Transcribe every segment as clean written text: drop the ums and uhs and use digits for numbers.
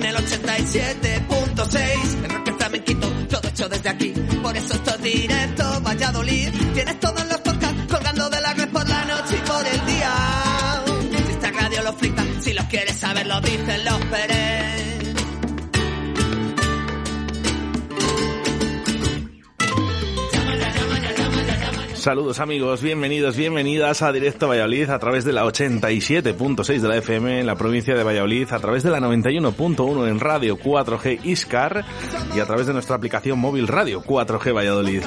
en el 87.6. El rock flamenquito, todo hecho desde aquí. Por eso esto es directo Valladolid. Tienes todos los podcasts colgando de la red por la noche y por el día. Si esta radio lo flipa, si los quieres saber lo dicen los Pérez. Saludos amigos, bienvenidos, bienvenidas a Directo Valladolid a través de la 87.6 de la FM en la provincia de Valladolid, a través de la 91.1 en Radio 4G Iscar y a través de nuestra aplicación móvil Radio 4G Valladolid.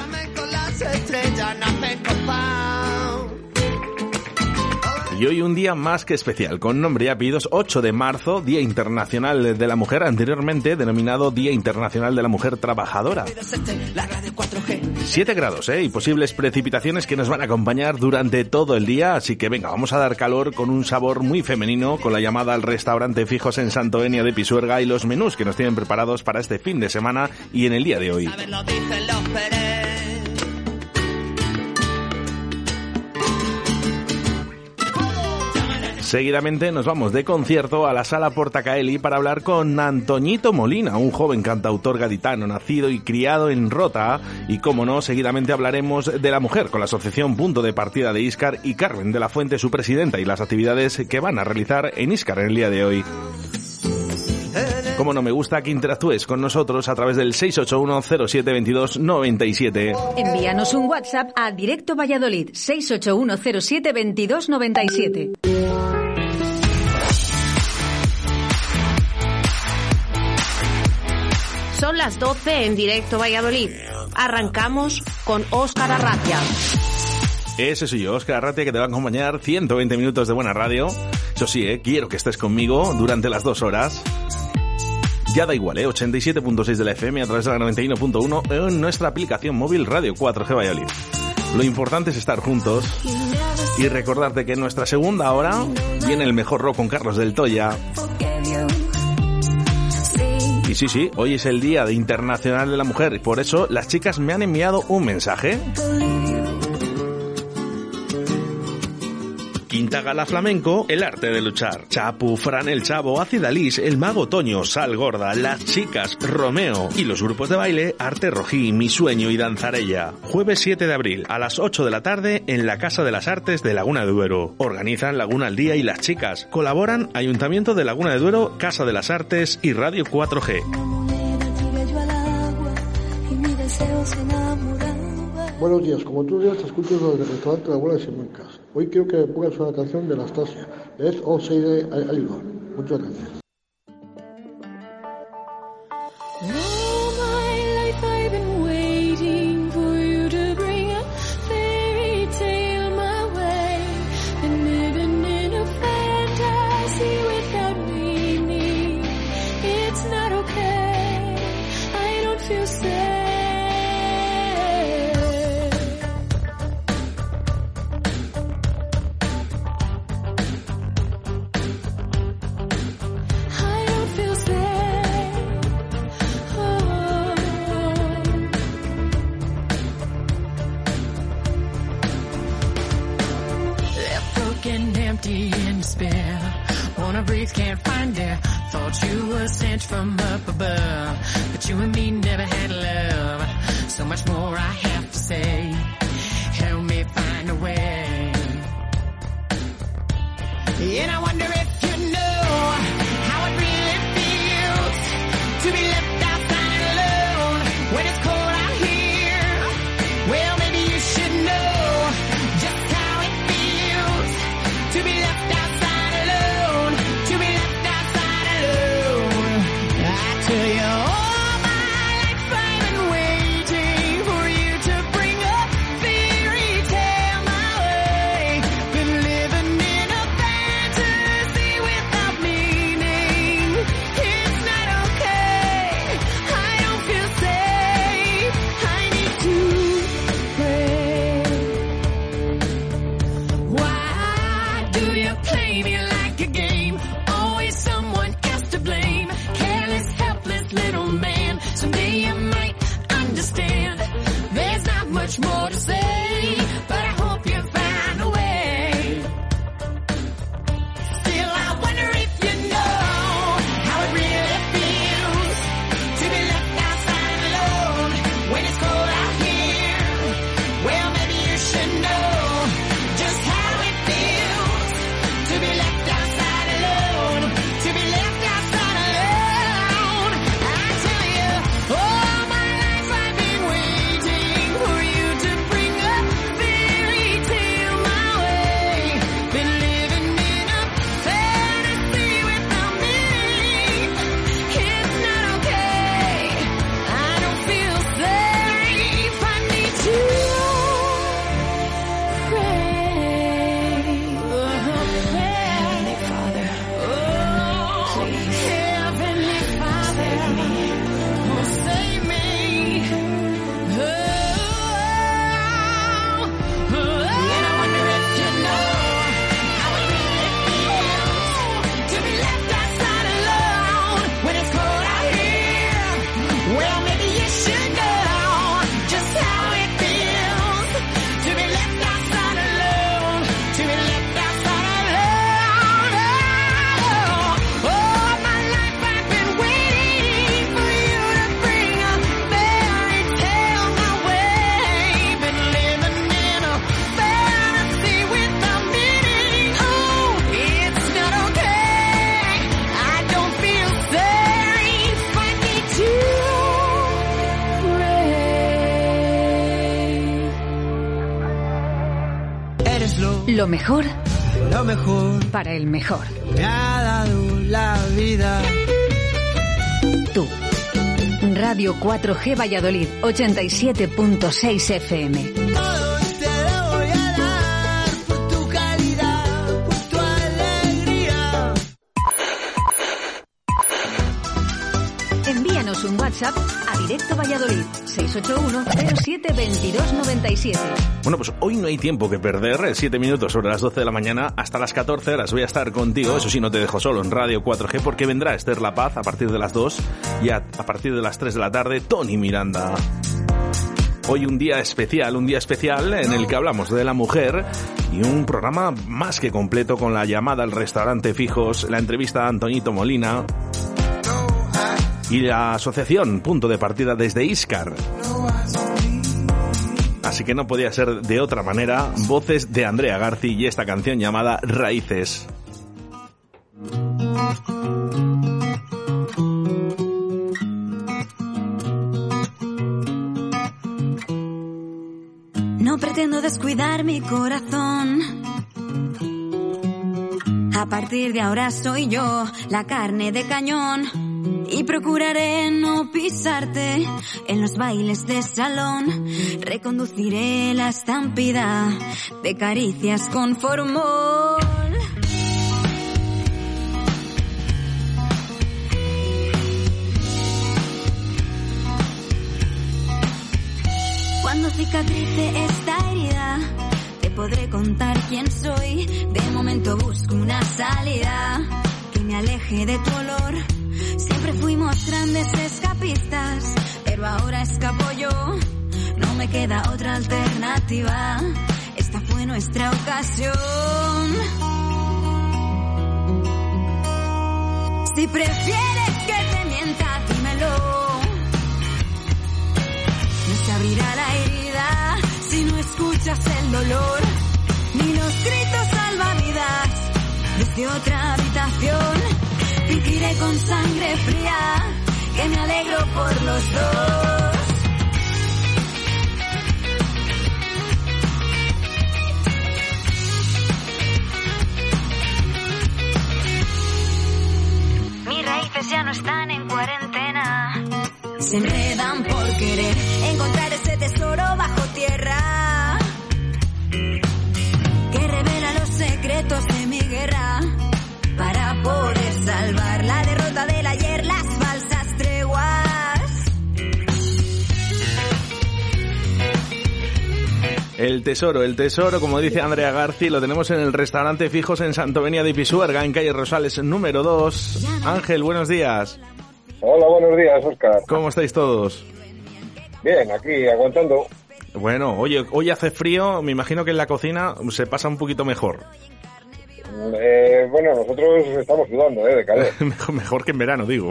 Y hoy un día más que especial, con nombre y apellidos, 8 de marzo, Día Internacional de la Mujer, anteriormente denominado Día Internacional de la Mujer Trabajadora. 7 grados, y posibles precipitaciones que nos van a acompañar durante todo el día, así que venga, vamos a dar calor con un sabor muy femenino, con la llamada al restaurante Fijos en Santo Enia de Pisuerga y los menús que nos tienen preparados para este fin de semana y en el día de hoy. Seguidamente nos vamos de concierto a la Sala Portacaeli para hablar con Antoñito Molina, un joven cantautor gaditano nacido y criado en Rota. Y como no, seguidamente hablaremos de la mujer con la Asociación Punto de Partida de Iscar y Carmen de la Fuente, su presidenta, y las actividades que van a realizar en Iscar en el día de hoy. Como no, me gusta que interactúes con nosotros a través del 681-0722-97. Envíanos un WhatsApp a Directo Valladolid, 681-0722-97. Son las 12 en Directo Valladolid. Arrancamos con Óscar Arratia. Ese soy yo, Óscar Arratia, que te va a acompañar 120 minutos de buena radio. Eso sí, quiero que estés conmigo durante las 2 horas. Ya da igual, 87.6 de la FM a través de la 91.1 en nuestra aplicación móvil Radio 4G Valladolid. Lo importante es estar juntos y recordarte que en nuestra segunda hora viene el mejor rock con Carlos del Toya. Y sí, hoy es el Día Internacional de la Mujer y por eso las chicas me han enviado un mensaje. Quinta Gala Flamenco, el arte de luchar. Chapu, Fran el Chavo, Ácida Lis, el Mago Toño, Sal Gorda, Las Chicas, Romeo y los grupos de baile Arte Rojí, Mi Sueño y Danzarella. Jueves 7 de abril a las 8 de la tarde en la Casa de las Artes de Laguna de Duero. Organizan Laguna al Día y Las Chicas. Colaboran Ayuntamiento de Laguna de Duero, Casa de las Artes y Radio 4G. Buenos días, como tú días te escucho desde el restaurante La Abuela de Simancas. Hoy quiero que me pongas una canción de Anastasia, Let's All Say I Love. Muchas gracias. From up above, but you and me never had love. So much more I have to say. Help me find a way. And I wonder if you know how it really feels to be left outside alone when it's cold out here. Well, maybe you should know just how it feels to be left outside alone, to be left outside alone. I tell you all my life I've been waiting for you to bring a fairy tale my way. Been living in a fantasy without meaning. It's not okay. I don't feel safe. I need to pray. Why do you play me like a game? Always someone else to blame. Careless, helpless little man. Someday you might understand. There's not much more to say, but I hope you find a way. Still, I wonder if you know how it really feels Lo mejor Lo mejor para el mejor. me ha dado la vida. Tú. Radio 4G Valladolid, 87.6 FM. Todo te lo voy a dar por tu calidad, por tu alegría. Envíanos un WhatsApp a Directo Valladolid, 681 07 22 97. Bueno, pues hoy no hay tiempo que perder. 7 minutos sobre las 12 de la mañana hasta las 14 horas voy a estar contigo. Eso sí, no te dejo solo en Radio 4G porque vendrá Esther La Paz a partir de las 2 y a partir de las 3 de la tarde Tony Miranda. Hoy un día especial en el que hablamos de la mujer y un programa más que completo con la llamada al restaurante Fijos, la entrevista a Antoñito Molina y la asociación Punto de Partida desde Íscar. Así que no podía ser de otra manera, voces de Andrea Garci y esta canción llamada Raíces. No pretendo descuidar mi corazón. A partir de ahora soy yo la carne de cañón. Y procuraré no pisarte en los bailes de salón. Reconduciré la estampida de caricias con formol. Cuando cicatrice esta herida, te podré contar quién soy. De momento busco una salida que me aleje de tu olor. Siempre fuimos grandes escapistas, pero ahora escapo yo. No me queda otra alternativa. Esta fue nuestra ocasión. Si prefieres que te mienta, dímelo. No se abrirá la herida si no escuchas el dolor, ni los gritos salvavidas desde otra habitación. Fingiré con sangre fría que me alegro por los dos. Mis raíces ya no están en cuarentena. Se enredan por querer encontrar ese tesoro bajo tierra que revela los secretos de mi guerra. Para poder salvar la derrota del ayer, las falsas treguas. El tesoro, como dice Andrea Garci, lo tenemos en el restaurante Fijos en Santovenia de Pisuerga, en calle Rosales número 2. Ángel, buenos días. Hola, buenos días, Óscar. ¿Cómo estáis todos? Bien, aquí aguantando. Bueno, oye, hoy hace frío, me imagino que en la cocina se pasa un poquito mejor. Bueno, nosotros estamos sudando, de calor. Mejor que en verano, digo.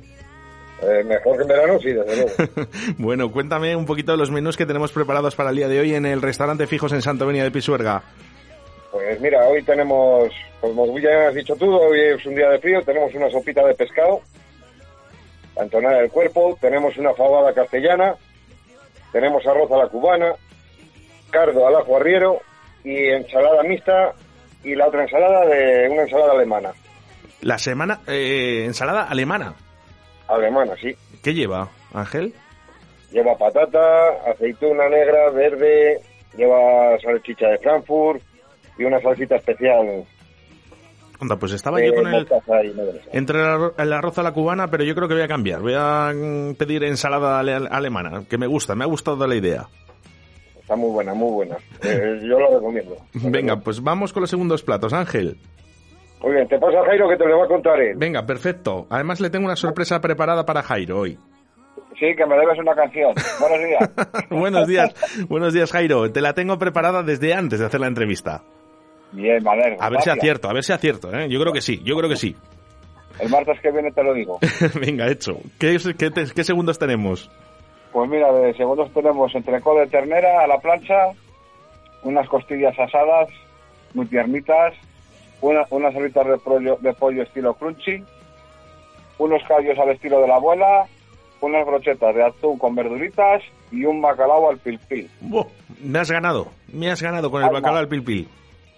Mejor que en verano, sí, desde luego. Bueno, cuéntame un poquito de los menús que tenemos preparados para el día de hoy en el restaurante Fijos en Santovenia de Pisuerga. Pues mira, hoy tenemos, como ya has dicho tú, hoy es un día de frío, tenemos una sopita de pescado, para entonar el cuerpo, tenemos una fabada castellana, tenemos arroz a la cubana, cardo al ajo arriero y ensalada mixta. Y la otra ensalada de una ensalada alemana. La semana ensalada alemana. Alemana, sí. ¿Qué lleva, Ángel? Lleva patata, aceituna negra, verde, lleva salchicha de Frankfurt y una salsita especial. Anda, pues estaba yo con entre el arroz a la cubana, pero yo creo que voy a cambiar. Voy a pedir ensalada alemana, que me ha gustado la idea. Está muy buena, muy buena. Yo lo recomiendo. Venga, pues vamos con los segundos platos, Ángel. Muy bien, te pasa a Jairo que te lo va a contar él. Venga, perfecto. Además le tengo una sorpresa preparada para Jairo hoy. Sí, que me debes una canción. Buenos días. Buenos días, Jairo. Te la tengo preparada desde antes de hacer la entrevista. Bien, vale. A ver si acierto, ¿eh? Yo creo que sí. El martes que viene te lo digo. Venga, hecho. ¿Qué segundos tenemos? Pues mira, de segundos tenemos entrecot de ternera a la plancha, unas costillas asadas, muy tiernitas, unas alitas de pollo estilo crunchy, unos callos al estilo de la abuela, unas brochetas de atún con verduritas y un bacalao al pil-pil. Me has ganado con el bacalao al pil-pil.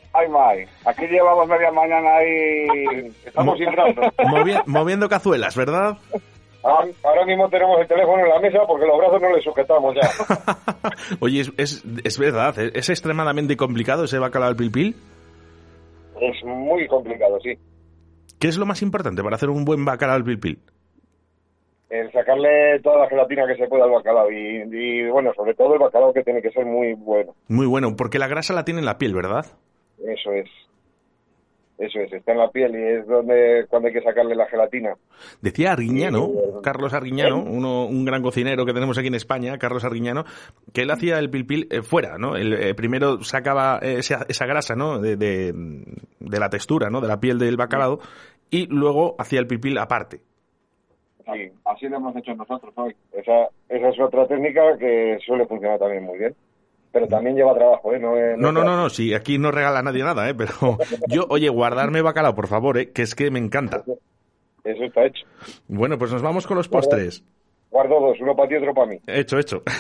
Ay, May, aquí llevamos media mañana y estamos sin brazos. Moviendo cazuelas, ¿verdad? Ahora mismo tenemos el teléfono en la mesa porque los brazos no le sujetamos ya. Oye, es verdad, ¿es extremadamente complicado ese bacalao al pil pil? Es muy complicado, sí. ¿Qué es lo más importante para hacer un buen bacalao al pil pil? El sacarle toda la gelatina que se pueda al bacalao y bueno, sobre todo el bacalao que tiene que ser muy bueno. Muy bueno, porque la grasa la tiene en la piel, ¿verdad? Eso es, está en la piel y es cuando hay que sacarle la gelatina. Decía Arguiñano, Carlos Arguiñano, un gran cocinero que tenemos aquí en España, Carlos Arguiñano, que él hacía el pil pil fuera, ¿no? Primero sacaba esa grasa, ¿no? De la textura, ¿no? De la piel del bacalao y luego hacía el pil pil aparte. Sí, así lo hemos hecho nosotros hoy. Esa es otra técnica que suele funcionar también muy bien. Pero también lleva trabajo, ¿eh? No, sí, aquí no regala nadie nada, ¿eh? Pero yo, oye, guardarme bacalao, por favor, ¿eh? Que es que me encanta. Eso está hecho. Bueno, pues nos vamos con los postres. Guardo dos, uno para ti y otro para mí. Hecho.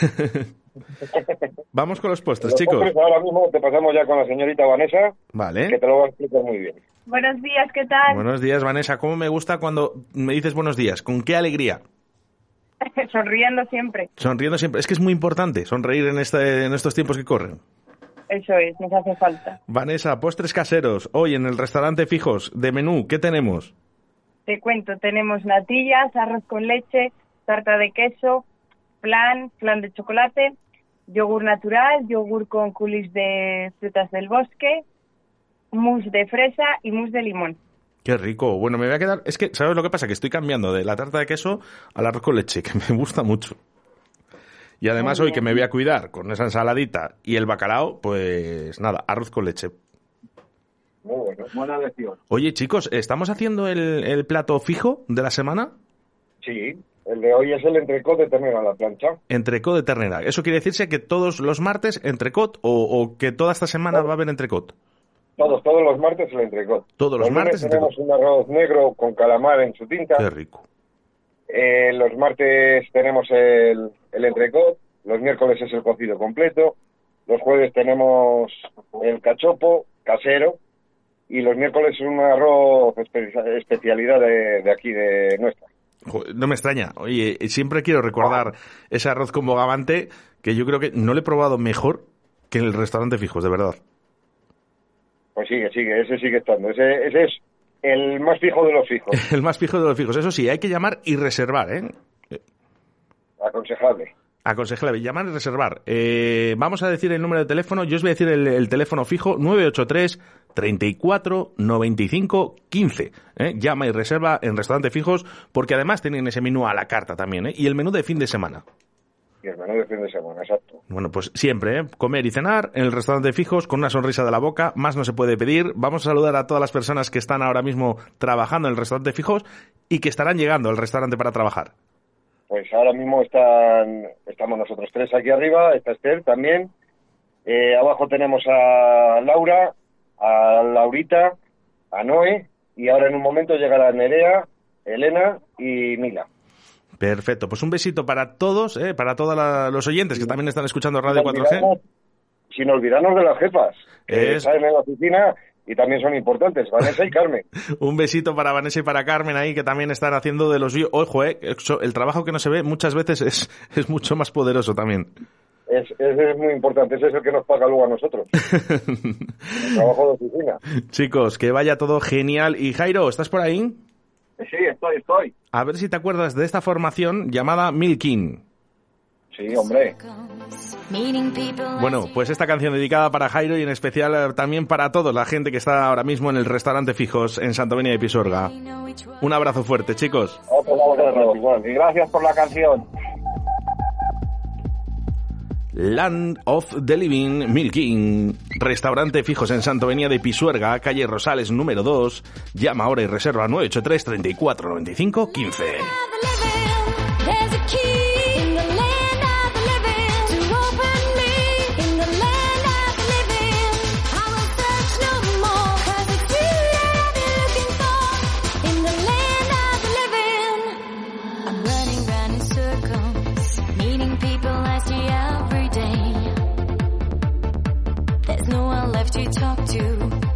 Vamos con los postres, los chicos. Postres ahora mismo te pasamos ya con la señorita Vanessa, Vale. que te lo va a explicar muy bien. Buenos días, ¿qué tal? Buenos días, Vanessa. ¿Cómo me gusta cuando me dices buenos días? ¿Con qué alegría? Sonriendo siempre. Sonriendo siempre. Es que es muy importante sonreír en estos tiempos que corren. Eso es, nos hace falta. Vanessa, postres caseros. Hoy en el restaurante Fijos de menú, ¿qué tenemos? Te cuento, tenemos natillas, arroz con leche, tarta de queso, flan de chocolate, yogur natural, yogur con coulis de frutas del bosque, mousse de fresa y mousse de limón. Qué rico. Bueno, me voy a quedar... Es que, ¿sabes lo que pasa? Que estoy cambiando de la tarta de queso al arroz con leche, que me gusta mucho. Y además hoy que me voy a cuidar con esa ensaladita y el bacalao, pues nada, arroz con leche. Muy bueno, buena elección. Oye, chicos, ¿estamos haciendo el plato fijo de la semana? Sí, el de hoy es el entrecot de ternera a la plancha. Entrecot de ternera. ¿Eso quiere decirse que todos los martes entrecot o que toda esta semana va a haber entrecot? Todos los martes el entrecot. Todos los martes tenemos un arroz negro con calamar en su tinta. Qué rico. Los martes tenemos el entrecot, los miércoles es el cocido completo, los jueves tenemos el cachopo casero y los miércoles es un arroz especialidad de aquí, de nuestra. No me extraña. Oye, siempre quiero recordar ese arroz con bogavante que yo creo que no lo he probado mejor que en el restaurante Fijos, de verdad. Pues sigue, ese sigue estando. Ese es el más fijo de los fijos. El más fijo de los fijos. Eso sí, hay que llamar y reservar, ¿eh? Aconsejable. Aconsejable, llamar y reservar. Vamos a decir el número de teléfono. Yo os voy a decir el teléfono fijo, 983 34 95 15. Llama y reserva en Restaurante Fijos, porque además tienen ese menú a la carta también, ¿eh? Y el menú de fin de semana. Y el menú de fin de semana, exacto. Bueno, pues siempre, comer y cenar en el Restaurante Fijos con una sonrisa de la boca, más no se puede pedir. Vamos a saludar a todas las personas que están ahora mismo trabajando en el Restaurante Fijos y que estarán llegando al restaurante para trabajar. Pues ahora mismo estamos nosotros tres aquí arriba, está Esther también. Abajo tenemos a Laura, a Laurita, a Noé, y ahora en un momento llegará Nerea, Elena y Mila. Perfecto, pues un besito para todos, para todos los oyentes que también están escuchando Radio 4G. Sin olvidarnos de las jefas, que están en la oficina y también son importantes, Vanessa y Carmen. Un besito para Vanessa y para Carmen ahí, que también están haciendo de los... Ojo, el trabajo que no se ve muchas veces es mucho más poderoso también. Es muy importante, ese es el que nos paga luego a nosotros. El trabajo de oficina. Chicos, que vaya todo genial. Y Jairo, ¿estás por ahí? Sí, estoy. A ver si te acuerdas de esta formación llamada Milking. Sí, hombre. Bueno, pues esta canción dedicada para Jairo y en especial también para toda la gente que está ahora mismo en el restaurante Fijos en Santovenia de Pisuerga. Un abrazo fuerte, chicos. Otro abrazo, igual. Y gracias por la canción. Land of the Living, Milking, restaurante Fijos en Santovenia de Pisuerga, calle Rosales número 2. Llama ahora y reserva 983 34 95 15. To talk to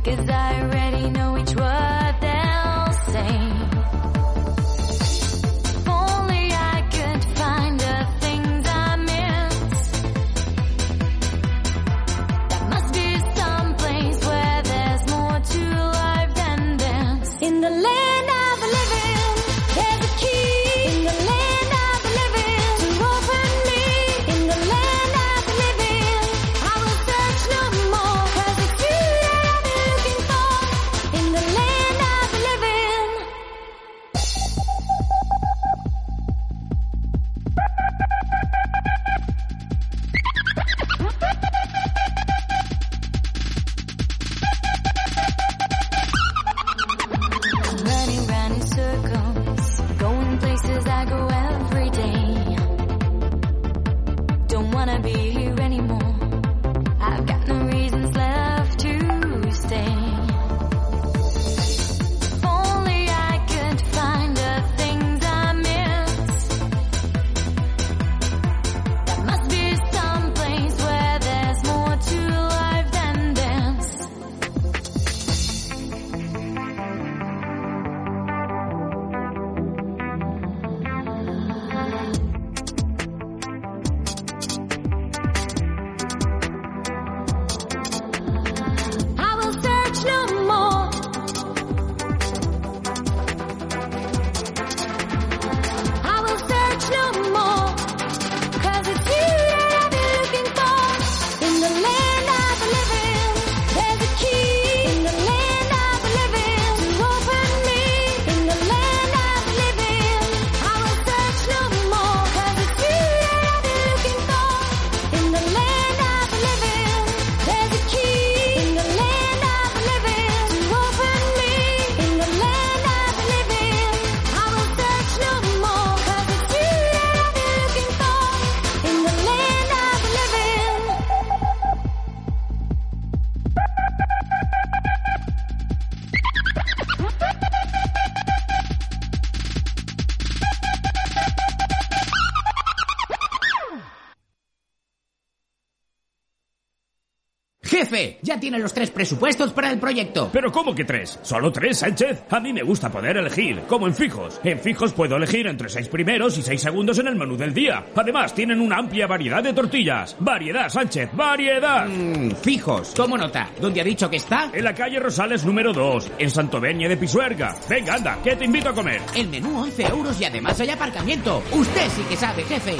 Jefe, ya tiene los 3 presupuestos para el proyecto. ¿Pero cómo que 3? ¿Solo 3, Sánchez? A mí me gusta poder elegir, como en Fijos. En Fijos puedo elegir entre 6 primeros y 6 segundos en el menú del día. Además, tienen una amplia variedad de tortillas. ¡Variedad, Sánchez! ¡Variedad! Fijos, tomo nota. ¿Dónde ha dicho que está? En la calle Rosales número 2, en Santovenia de Pisuerga. Venga, anda, que te invito a comer. El menú 11 euros y además hay aparcamiento. Usted sí que sabe, jefe.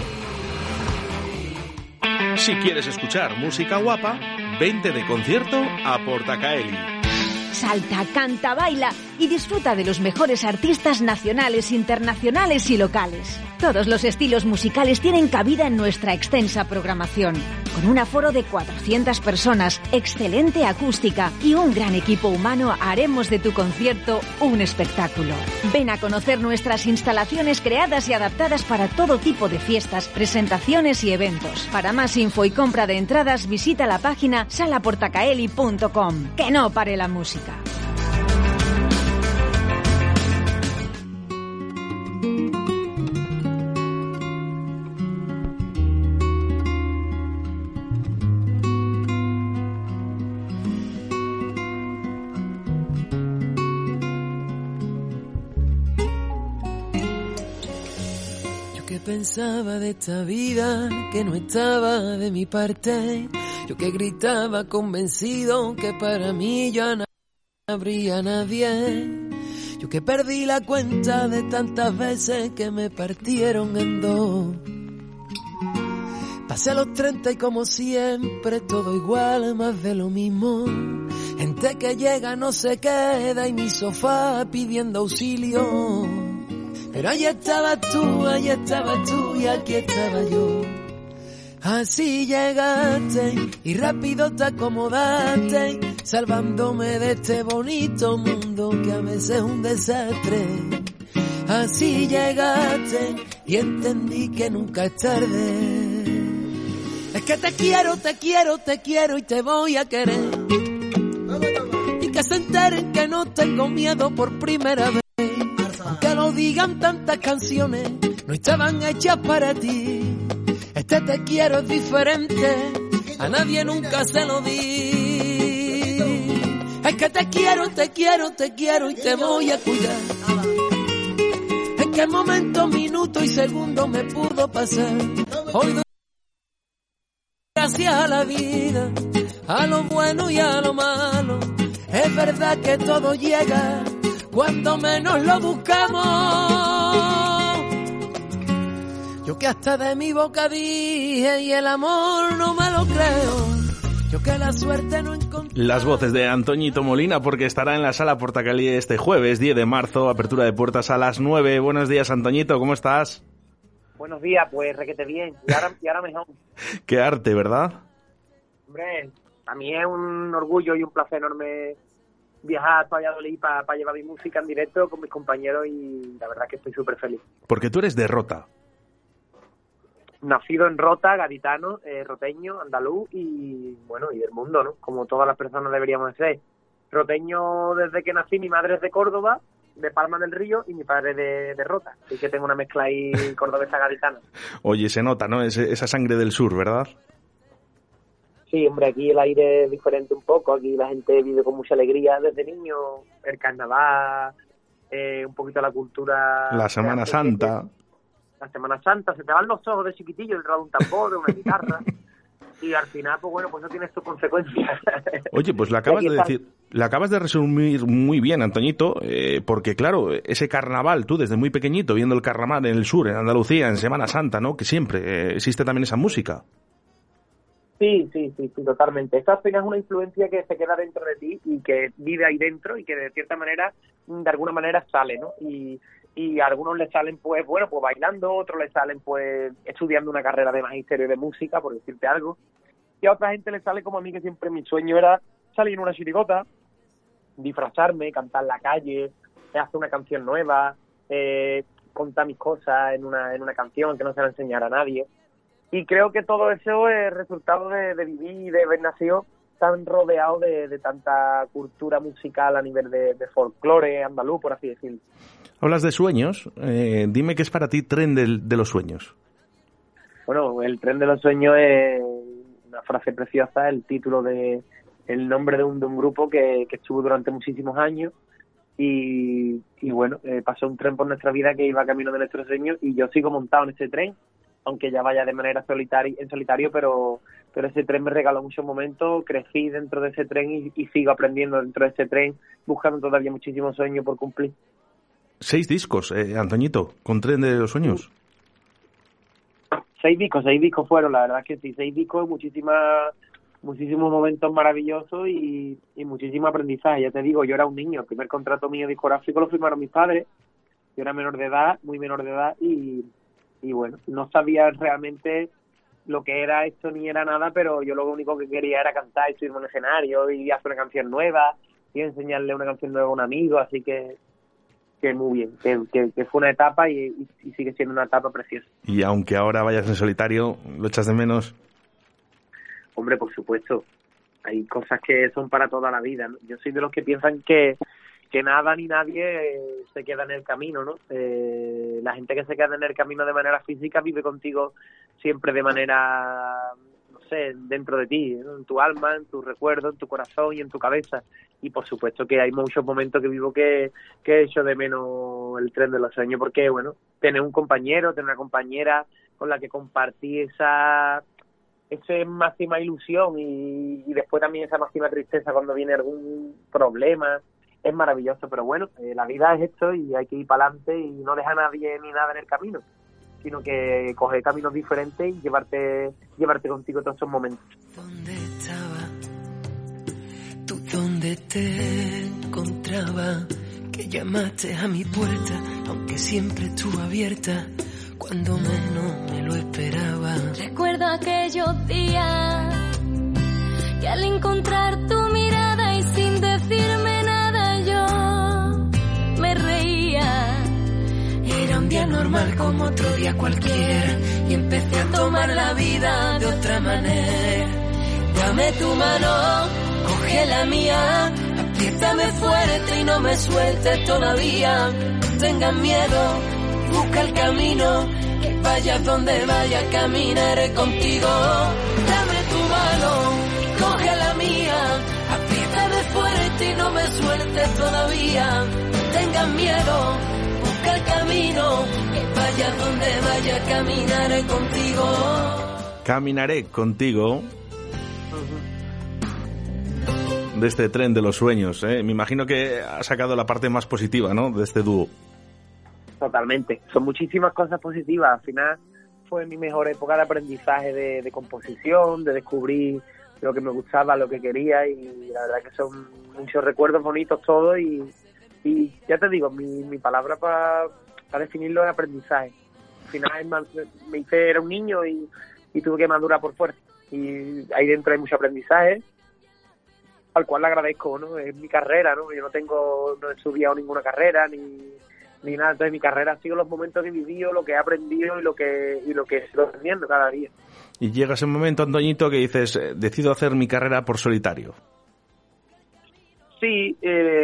Si quieres escuchar música guapa, vente de concierto a Portacaeli. Salta, canta, baila y disfruta de los mejores artistas nacionales, internacionales y locales. Todos los estilos musicales tienen cabida en nuestra extensa programación. Con un aforo de 400 personas, excelente acústica y un gran equipo humano, haremos de tu concierto un espectáculo. Ven a conocer nuestras instalaciones creadas y adaptadas para todo tipo de fiestas, presentaciones y eventos. Para más info y compra de entradas, visita la página salaportacaeli.com. ¡Que no pare la música! Pensaba de esta vida que no estaba de mi parte, yo que gritaba convencido que para mí ya no habría nadie, yo que perdí la cuenta de tantas veces que me partieron en dos. Pasé los 30 y como siempre todo igual, más de lo mismo, gente que llega no se queda y mi sofá pidiendo auxilio. Pero ahí estabas tú y aquí estaba yo. Así llegaste y rápido te acomodaste, salvándome de este bonito mundo que a veces es un desastre. Así llegaste y entendí que nunca es tarde. Es que te quiero y te voy a querer. Y que se enteren que no tengo miedo por primera vez. Que lo digan tantas canciones, no estaban hechas para ti. Este te quiero es diferente, a nadie nunca se lo di. Es que te quiero y te voy a cuidar. En qué momento, minuto y segundo me pudo pasar. Hoy doy gracias a la vida, a lo bueno y a lo malo. Es verdad que todo llega cuando menos lo buscamos. Yo que hasta de mi boca dije y el amor no me lo creo. Yo que la suerte no encontré. Las voces de Antoñito Molina, porque estará en la Sala Portacaeli este jueves 10 de marzo, apertura de puertas a las 9. Buenos días, Antoñito, ¿cómo estás? Buenos días, pues requete bien. Y ahora mejor. Qué arte, ¿verdad? Hombre, a mí es un orgullo y un placer enorme viajar a Valladolid para llevar mi música en directo con mis compañeros y la verdad que estoy súper feliz. Porque tú eres de Rota. Nacido en Rota, gaditano, roteño, andaluz y bueno, y del mundo, ¿no? Como todas las personas deberíamos de ser. Roteño desde que nací, mi madre es de Córdoba, de Palma del Río y mi padre de Rota. Así que tengo una mezcla ahí cordobesa gaditana. Oye, se nota, ¿no? Esa sangre del sur, ¿verdad? Sí, hombre, aquí el aire es diferente un poco, aquí la gente vive con mucha alegría desde niño, el carnaval, un poquito la cultura... La Semana Santa. La Semana Santa, se te van los ojos de chiquitillo detrás de un tambor, de una guitarra, y al final, pues bueno, pues no tienes tus consecuencias. Oye, pues la acabas de resumir muy bien, Antoñito, porque claro, ese carnaval, tú desde muy pequeñito, viendo el carnaval en el sur, en Andalucía, en Semana Santa, ¿no? Que siempre existe también esa música. Sí, totalmente. Esta al final es una influencia que se queda dentro de ti y que vive ahí dentro y que de cierta manera, de alguna manera sale, ¿no? Y a algunos les salen, pues, bueno, pues bailando, otros les salen, pues, estudiando una carrera de magisterio de música, por decirte algo. Y a otra gente les sale como a mí, que siempre mi sueño era salir en una chirigota, disfrazarme, cantar en la calle, hacer una canción nueva, contar mis cosas en una canción que no se la enseñara a nadie. Y creo que todo eso es resultado de vivir y de haber nacido tan rodeado de tanta cultura musical a nivel de folclore andaluz, por así decirlo. Hablas de sueños. Dime qué es para ti Tren de los Sueños. Bueno, el Tren de los Sueños es una frase preciosa, el título de el nombre de un grupo que estuvo durante muchísimos años y bueno, pasó un tren por nuestra vida que iba camino de nuestros sueños y yo sigo montado en ese tren, aunque ya vaya de manera en solitario, pero ese tren me regaló muchos momentos, crecí dentro de ese tren y sigo aprendiendo dentro de ese tren, buscando todavía muchísimos sueños por cumplir. 6 discos, Antoñito, con Tren de los Sueños. 6 discos fueron, la verdad que sí, 6 discos, muchísimos momentos maravillosos y muchísimo aprendizaje. Ya te digo, yo era un niño, el primer contrato mío discográfico lo firmaron mis padres, yo era menor de edad, muy menor de edad y bueno, no sabía realmente lo que era esto ni era nada, pero yo lo único que quería era cantar y subirme al escenario y hacer una canción nueva y enseñarle una canción nueva a un amigo, así que muy bien, que fue una etapa y sigue siendo una etapa preciosa. Y aunque ahora vayas en solitario, ¿lo echas de menos? Hombre, por supuesto, hay cosas que son para toda la vida, ¿no? Yo soy de los que piensan que nada ni nadie se queda en el camino, ¿no? La gente que se queda en el camino de manera física vive contigo siempre de manera, no sé, dentro de ti, ¿no? En tu alma, en tu recuerdo, en tu corazón y en tu cabeza. Y por supuesto que hay muchos momentos que vivo que he hecho de menos el tren de los sueños, porque, bueno, tener un compañero, tener una compañera con la que compartí esa máxima ilusión y después también esa máxima tristeza cuando viene algún problema, es maravilloso. Pero bueno, la vida es esto y hay que ir para adelante y no dejar a nadie ni nada en el camino, sino que coger caminos diferentes y llevarte contigo todos esos momentos. ¿Dónde estaba? ¿Tú dónde te encontraba? Que llamaste a mi puerta, aunque siempre estuvo abierta, cuando menos me lo esperaba. Recuerdo aquellos días que al encontrar tu mirada y sin decirme nada yo me reía. Era un día normal como otro día cualquiera y empecé a tomar la vida de otra manera. Dame tu mano, coge la mía, apriétame fuerte y no me sueltes todavía. No tengas miedo, busca el camino, que vayas donde vayas, caminaré contigo. Dame tu mano, coge la mía, apriétame fuerte y no me sueltes todavía. No tengas miedo, busca el camino, que vayas donde vayas, caminaré contigo. Caminaré contigo. De este tren de los sueños, ¿eh? Me imagino que ha sacado la parte más positiva, ¿no?, de este dúo. Totalmente, son muchísimas cosas positivas. Al final fue mi mejor época de aprendizaje de composición, de descubrir lo que me gustaba, lo que quería, y la verdad que son muchos recuerdos bonitos todos y ya te digo, mi palabra para definirlo es aprendizaje. Al final era un niño y tuve que madurar por fuerza, y ahí dentro hay mucho aprendizaje al cual le agradezco, ¿no? Es mi carrera, ¿no? Yo no he estudiado ninguna carrera ni nada. Entonces mi carrera ha sido los momentos que he vivido, lo que he aprendido y lo que estoy aprendiendo cada día. Y llega ese momento, Antoñito, que dices, decido hacer mi carrera por solitario. Sí,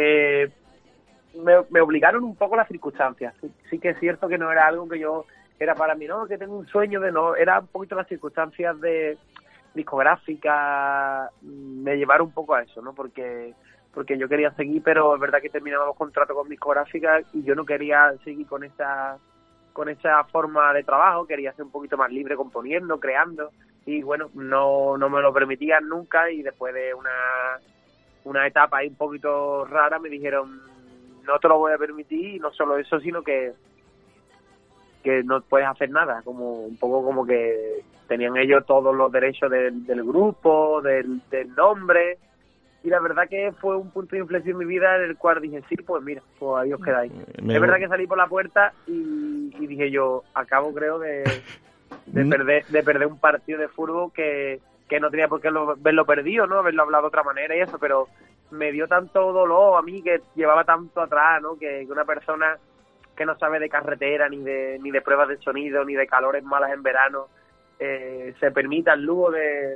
me obligaron un poco las circunstancias. Sí que es cierto que no era algo que yo era para mí, no, que tengo un sueño de no, era un poquito las circunstancias de discográfica, me llevaron un poco a eso, ¿no? Porque yo quería seguir, pero es verdad que terminaba los contratos con discográficas y yo no quería seguir con esa forma de trabajo, quería ser un poquito más libre componiendo, creando, y bueno, no me lo permitían nunca, y después de una etapa ahí un poquito rara me dijeron, no te lo voy a permitir, y no solo eso, sino que no puedes hacer nada, como un poco como que tenían ellos todos los derechos del grupo, del nombre, y la verdad que fue un punto de inflexión en mi vida en el cual dije, sí, pues mira, pues ahí os quedáis. Es verdad que salí por la puerta y dije yo, acabo creo de perder un partido de fútbol que no tenía por qué haberlo perdido, ¿no? Haberlo hablado de otra manera y eso, pero me dio tanto dolor a mí, que llevaba tanto atrás, ¿no? Que una persona que no sabe de carretera, ni de pruebas de sonido, ni de calores malas en verano, se permita el lujo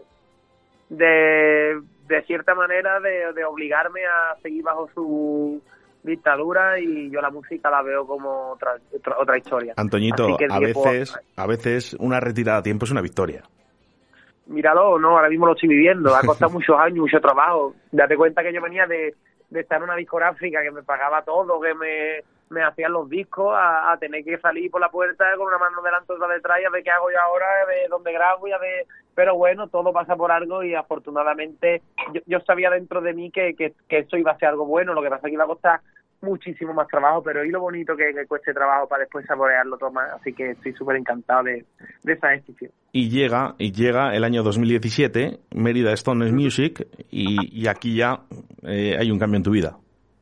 de cierta manera de obligarme a seguir bajo su dictadura, y yo la música la veo como otra historia. Antoñito, a veces una retirada a tiempo es una victoria. míralo, no, ahora mismo lo estoy viviendo, ha costado muchos años, mucho trabajo. Date cuenta que yo venía de estar en una discográfica que me pagaba todo, que me hacían los discos, a tener que salir por la puerta con una mano delante y otra detrás, y a ver qué hago yo ahora, de dónde grabo, pero bueno, todo pasa por algo, y afortunadamente yo sabía dentro de mí que eso iba a ser algo bueno. Lo que pasa es que iba a costar muchísimo más trabajo, pero y lo bonito que cueste trabajo para después saborearlo todo más, así que estoy súper encantado de esa decisión. Y llega el año 2017, Mérida Stones Music, y aquí ya hay un cambio en tu vida.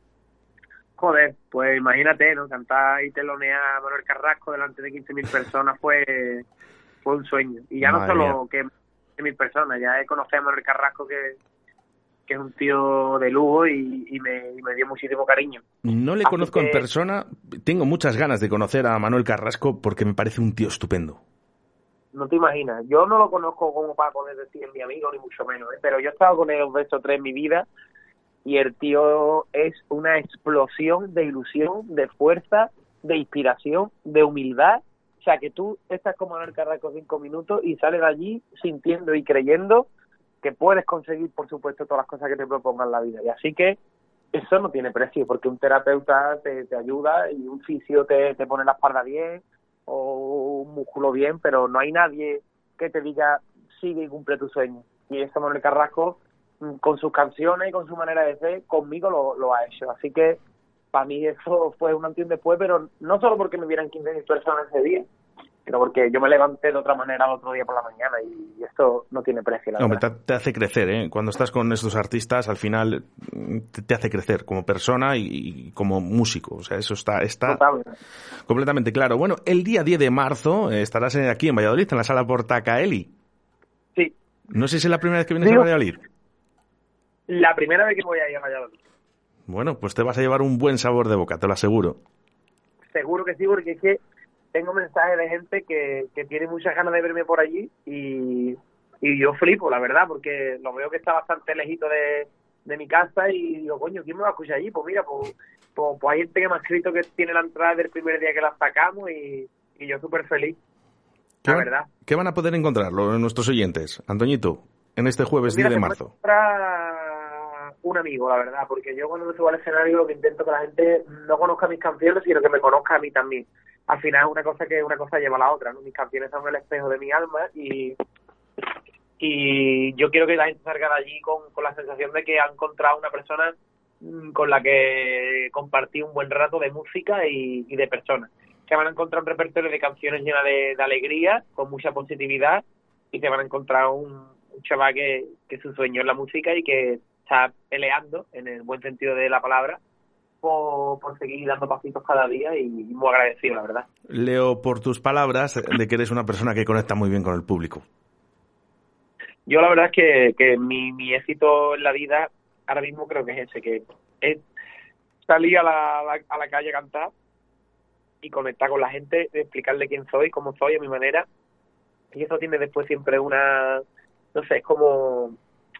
Joder, pues imagínate, ¿no? Cantar y telonear a Manuel Carrasco delante de 15.000 personas fue un sueño. Y ya no solo que 15.000 personas, ya he conocido a Manuel Carrasco, que es un tío de lujo y me dio muchísimo cariño. No le conozco en persona, tengo muchas ganas de conocer a Manuel Carrasco porque me parece un tío estupendo. No te imaginas, yo no lo conozco como para poder decir es mi amigo, ni mucho menos, pero yo he estado con él 2 veces o 3 en mi vida, y el tío es una explosión de ilusión, de fuerza, de inspiración, de humildad. O sea, que tú estás con Manuel Carrasco 5 minutos y sales de allí sintiendo y creyendo que puedes conseguir, por supuesto, todas las cosas que te propongan la vida. Y así que eso no tiene precio, porque un terapeuta te ayuda, y un fisio te pone la espalda bien, o un músculo bien, pero no hay nadie que te diga sigue y cumple tu sueño. Y eso Manuel Carrasco, con sus canciones y con su manera de ser, conmigo lo ha hecho. Así que para mí eso fue un antes y un después, pero no solo porque me vieran 15.000 personas ese día, sino porque yo me levanté de otra manera el otro día por la mañana, y esto no tiene precio, la verdad. Te hace crecer, ¿eh? Cuando estás con estos artistas, al final te hace crecer como persona y como músico. O sea, eso está completamente claro. Bueno, el día 10 de marzo estarás aquí en Valladolid, en la Sala Portacaeli. Sí. No sé si es la primera vez que vienes a Valladolid. La primera vez que voy a ir a Valladolid. Bueno, pues te vas a llevar un buen sabor de boca, te lo aseguro. Seguro que sí, porque es que tengo mensajes de gente que tiene muchas ganas de verme por allí, y yo flipo, la verdad, porque lo veo que está bastante lejito de mi casa, y digo, coño, ¿quién me va a escuchar allí? Pues mira, pues hay gente que me ha escrito que tiene la entrada del primer día que la sacamos, y yo súper feliz, la verdad. ¿Qué van a poder encontrar nuestros oyentes, Antoñito, en este jueves 10 de marzo? Un amigo, la verdad, porque yo cuando me subo al escenario lo que intento es que la gente no conozca mis canciones, sino que me conozca a mí también. Al final una cosa lleva a la otra, ¿no? Mis canciones son el espejo de mi alma, y yo quiero que la gente salga de allí con la sensación de que ha encontrado una persona con la que compartir un buen rato de música y de personas. Que van a encontrar un repertorio de canciones llena de alegría, con mucha positividad, y que van a encontrar un chaval que su sueño es la música y que está peleando, en el buen sentido de la palabra, por seguir dando pasitos cada día, y muy agradecido, la verdad. Leo por tus palabras de que eres una persona que conecta muy bien con el público. Yo la verdad es que mi éxito en la vida ahora mismo creo que es ese, que es salir a la calle a cantar y conectar con la gente, explicarle quién soy, cómo soy, a mi manera, y eso tiene después siempre una, no sé, es como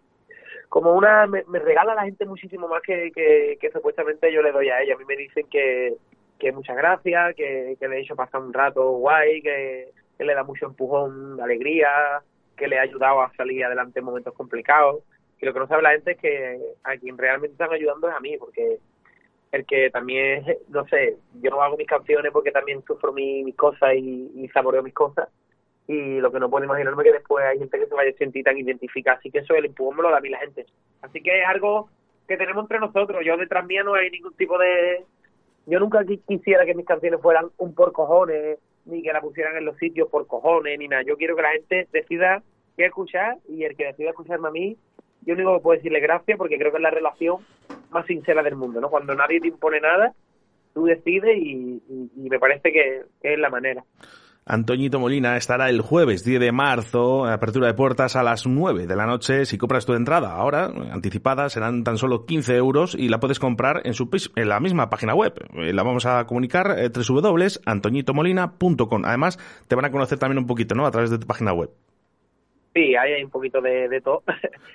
una, me regala a la gente muchísimo más que supuestamente yo le doy a ella. A mí me dicen que muchas gracias, que le he hecho pasar un rato guay, que le da mucho empujón de alegría, que le ha ayudado a salir adelante en momentos complicados. Y lo que no sabe la gente es que a quien realmente están ayudando es a mí, porque el que también, no sé, yo no hago mis canciones porque también sufro mis cosas y saboreo mis cosas. Y lo que no puedo imaginarme es que después hay gente que se vaya a sentir tan identificada. Así que eso, el empujón me lo da a mí la gente. Así que es algo que tenemos entre nosotros. Yo detrás mía no hay ningún tipo de... Yo nunca quisiera que mis canciones fueran un por cojones, ni que la pusieran en los sitios por cojones, ni nada. Yo quiero que la gente decida qué escuchar, y el que decida escucharme a mí, yo único que puedo decirle gracias, porque creo que es la relación más sincera del mundo, ¿no? Cuando nadie te impone nada, tú decides, y me parece que es la manera. Antoñito Molina estará el jueves 10 de marzo, apertura de puertas a las 9 de la noche. Si compras tu entrada ahora, anticipada, serán tan solo 15 euros, y la puedes comprar en la misma página web. La vamos a comunicar, www.antoñitomolina.com. Además, te van a conocer también un poquito, ¿no?, a través de tu página web. Sí, ahí hay un poquito de todo.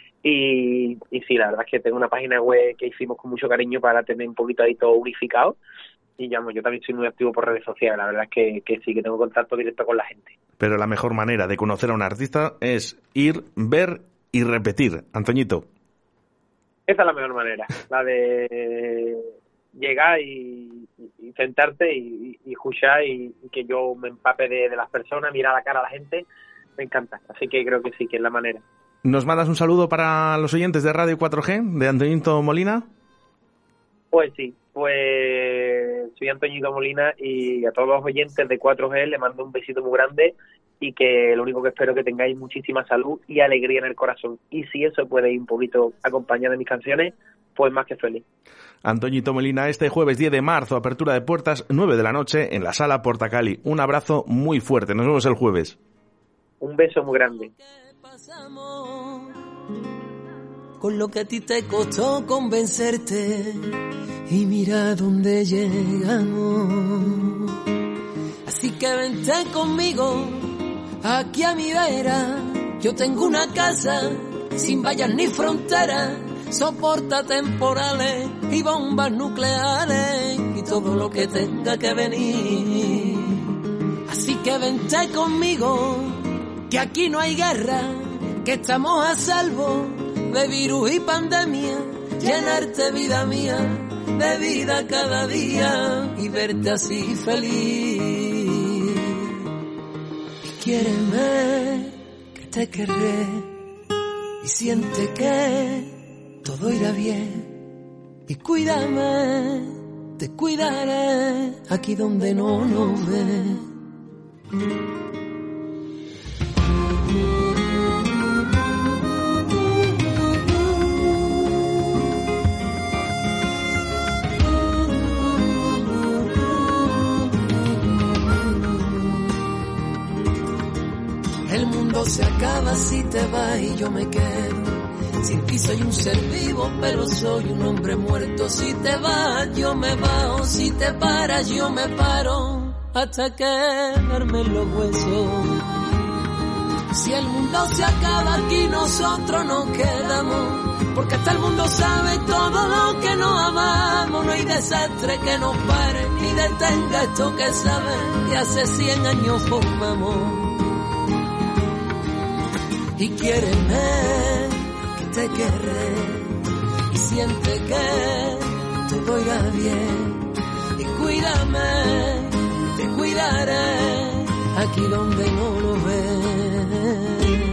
y sí, la verdad es que tengo una página web que hicimos con mucho cariño para tener un poquito ahí todo unificado. Y yo también soy muy activo por redes sociales. La verdad es que sí, que tengo contacto directo con la gente. pero la mejor manera de conocer a un artista es ir, ver y repetir. Antoñito. Esa es la mejor manera, la de llegar y sentarte y escuchar y que yo me empape de las personas, mirar la cara a la gente, me encanta. Así que creo que sí, que es la manera. ¿Nos mandas un saludo para los oyentes de Radio 4G, de Antoñito Molina? Pues sí, pues soy Antoñito Molina y a todos los oyentes de 4G le mando un besito muy grande y que lo único que espero que tengáis muchísima salud y alegría en el corazón. Y si eso puede ir un poquito acompañado de mis canciones, pues más que feliz. Antoñito Molina, este jueves 10 de marzo, apertura de puertas, 9 de la noche, en la Sala Portacali. Un abrazo muy fuerte, nos vemos el jueves. Un beso muy grande. Con lo que a ti te costó convencerte y mira dónde llegamos. Así que vente conmigo aquí a mi vera. Yo tengo una casa sin vallas ni fronteras, soporta temporales y bombas nucleares y todo lo que tenga que venir. Así que vente conmigo, que aquí no hay guerra, que estamos a salvo de virus y pandemia. Llenarte, vida mía, de vida cada día y verte así feliz. Y quiéreme, que te querré, y siente que todo irá bien. Y cuídame, te cuidaré aquí donde no nos ven. El mundo se acaba si te vas y yo me quedo. Sin ti soy un ser vivo, pero soy un hombre muerto. Si te vas, yo me bajo. Si te paras, yo me paro. Hasta quedarme en los huesos. Si el mundo se acaba, aquí nosotros nos quedamos. Porque hasta el mundo sabe todo lo que nos amamos. No hay desastre que nos pare, ni detenga esto que sabe que hace 100 años formamos. Y quiéreme, que te querré, y siente que todo irá bien. Y cuídame, te cuidaré, aquí donde no lo ves.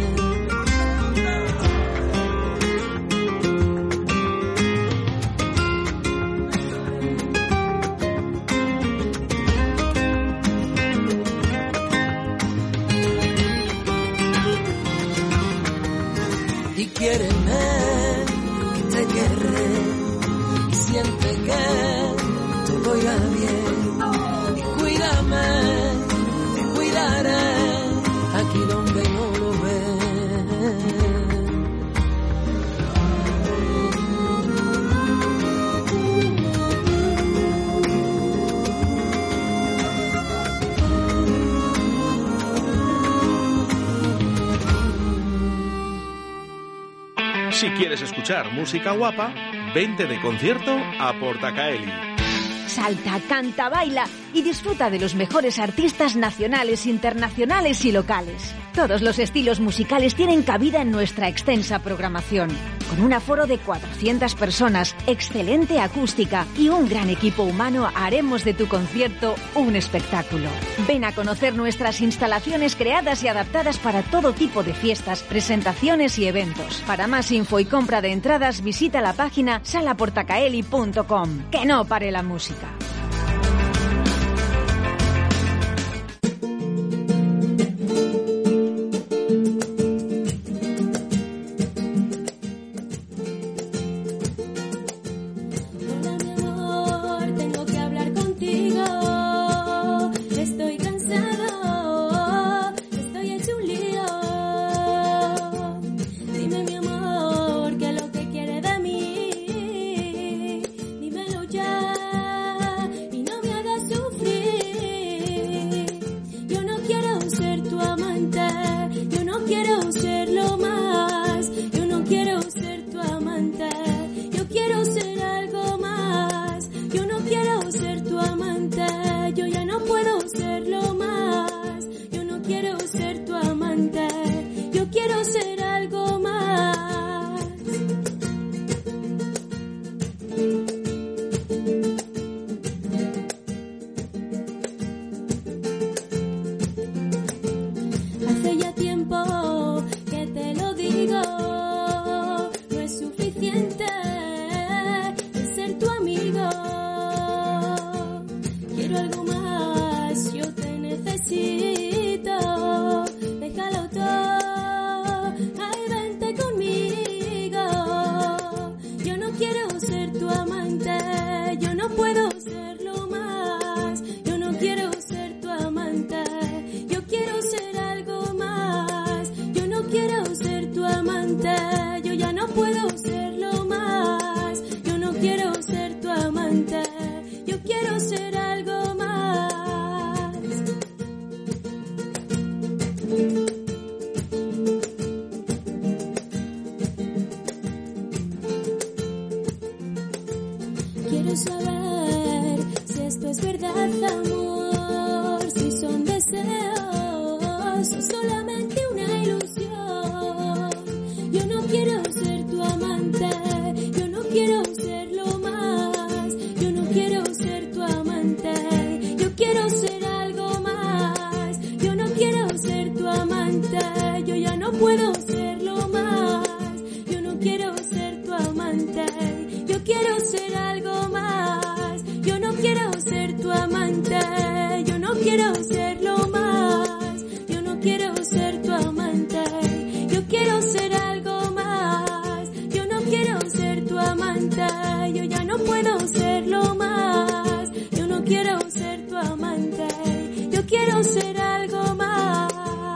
Y quiéreme, que te querré, y siente que todo irá bien. Y cuídame, te cuidaré, aquí donde no lo Si quieres escuchar música guapa, vente de concierto a Portacaeli. Salta, canta, baila y disfruta de los mejores artistas nacionales, internacionales y locales. Todos los estilos musicales tienen cabida en nuestra extensa programación. Con un aforo de 400 personas, excelente acústica y un gran equipo humano, haremos de tu concierto un espectáculo. Ven a conocer nuestras instalaciones creadas y adaptadas para todo tipo de fiestas, presentaciones y eventos. Para más info y compra de entradas, visita la página salaportacaeli.com. ¡Que no pare la música! quiero ser tu amante, yo quiero ser algo más. Hace ya tiempo que te lo digo, no es suficiente el ser tu amigo. Quiero algo más, yo te necesito. Déjalo todo, ay, vente conmigo. Yo no quiero ser tu amante, yo no puedo serlo más. Yo no quiero ser tu amante, yo quiero ser algo más. Yo no quiero ser tu amante, yo ya no puedo serlo más. Yo no quiero ser tu amante, yo quiero ser algo más. Quiero saber si esto es verdad, amor, si son deseos o solamente una ilusión. Yo no quiero ser tu amante, yo no quiero serlo más. Yo no quiero ser tu amante, yo quiero ser algo más. Yo no quiero ser tu amante, yo ya no puedo serlo más. Yo no quiero ser tu amante, yo quiero ser algo más. Yo no quiero ser tu amante, yo no quiero serlo más. Yo no quiero ser tu amante, yo quiero ser algo más. Yo no quiero ser tu amante, yo ya no puedo serlo más. Yo no quiero ser tu amante, yo quiero ser algo más.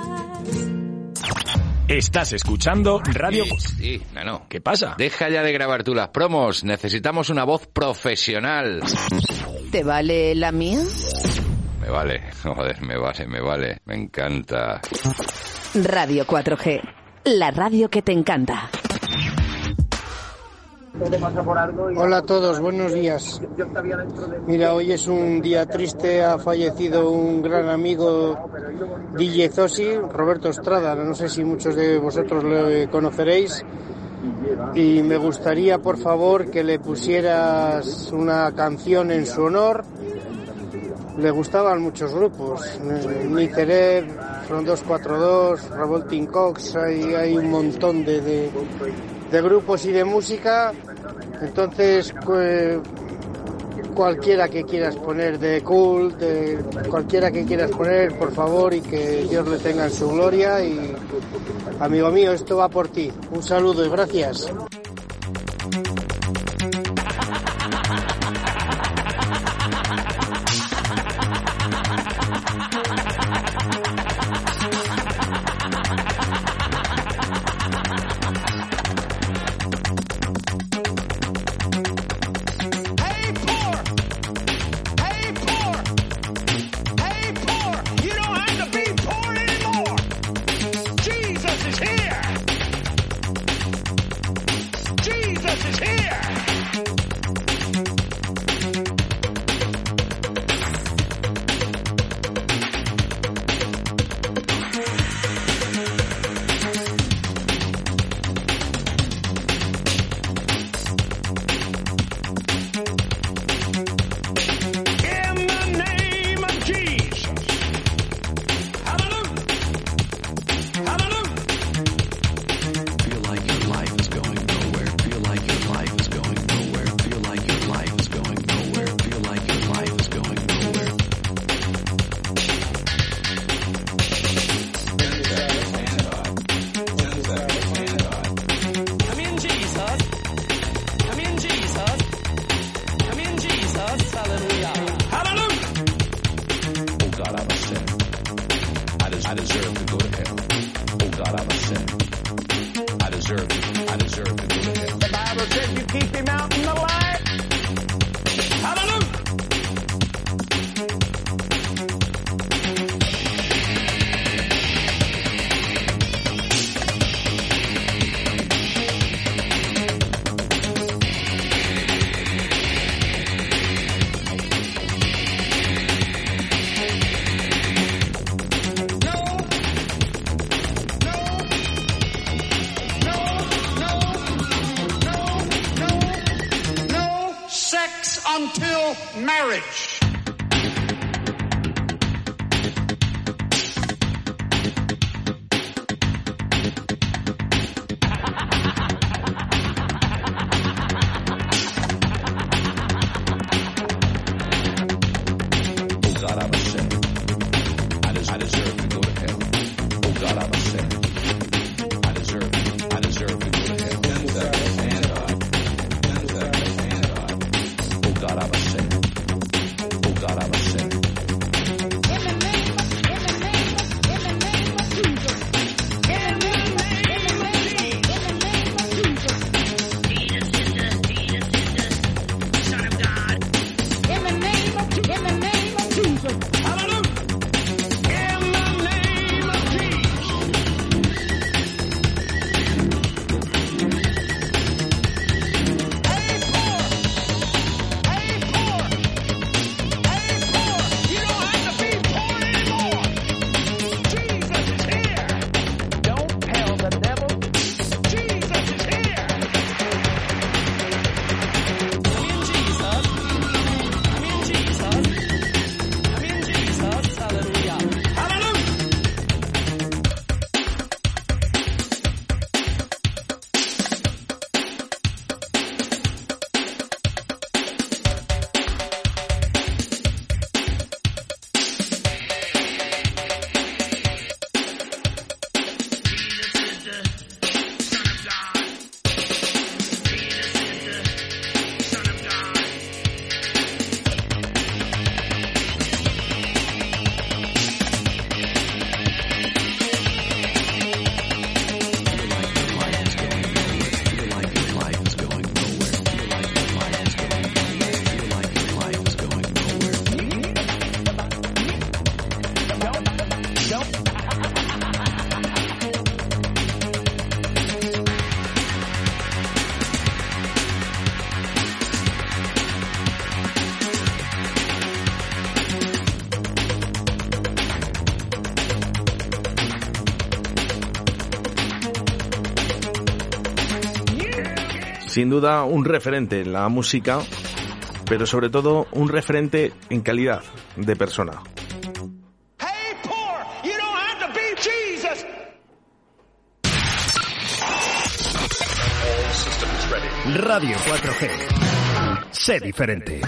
Estás escuchando Radio... Sí, no. ¿Qué pasa? Deja ya de grabar tú las promos. Necesitamos una voz profesional. ¿Te vale la mía? Me vale, joder, me vale. Me encanta. Radio 4G, la radio que te encanta. Hola a todos, buenos días. Mira, hoy es un día triste, ha fallecido un gran amigo, DJ Zosi, Roberto Estrada, no sé si muchos de vosotros le conoceréis, y me gustaría, por favor, que le pusieras una canción en su honor. Le gustaban muchos grupos, Nicereb, Front 242, Revolting Cocks, hay un montón de grupos y de música. Entonces, cualquiera que quieras poner, de Cult, cualquiera que quieras poner, por favor, y que Dios le tenga en su gloria. Y amigo mío, esto va por ti. Un saludo y gracias. marriage. Sin duda un referente en la música, pero sobre todo un referente en calidad de persona. Radio 4G. Sé diferente.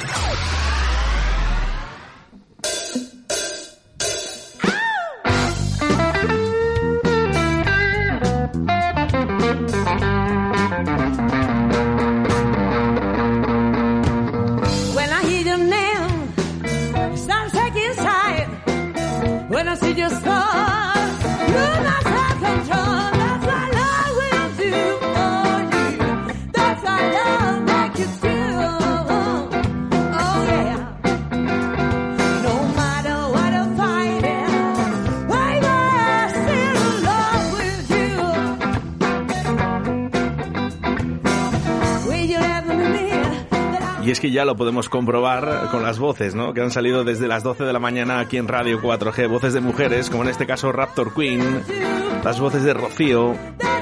Y es que ya lo podemos comprobar con las voces, ¿no?, que han salido desde las 12 de la mañana aquí en Radio 4G. Voces de mujeres, como en este caso Raptor Queen, las voces de Rocío.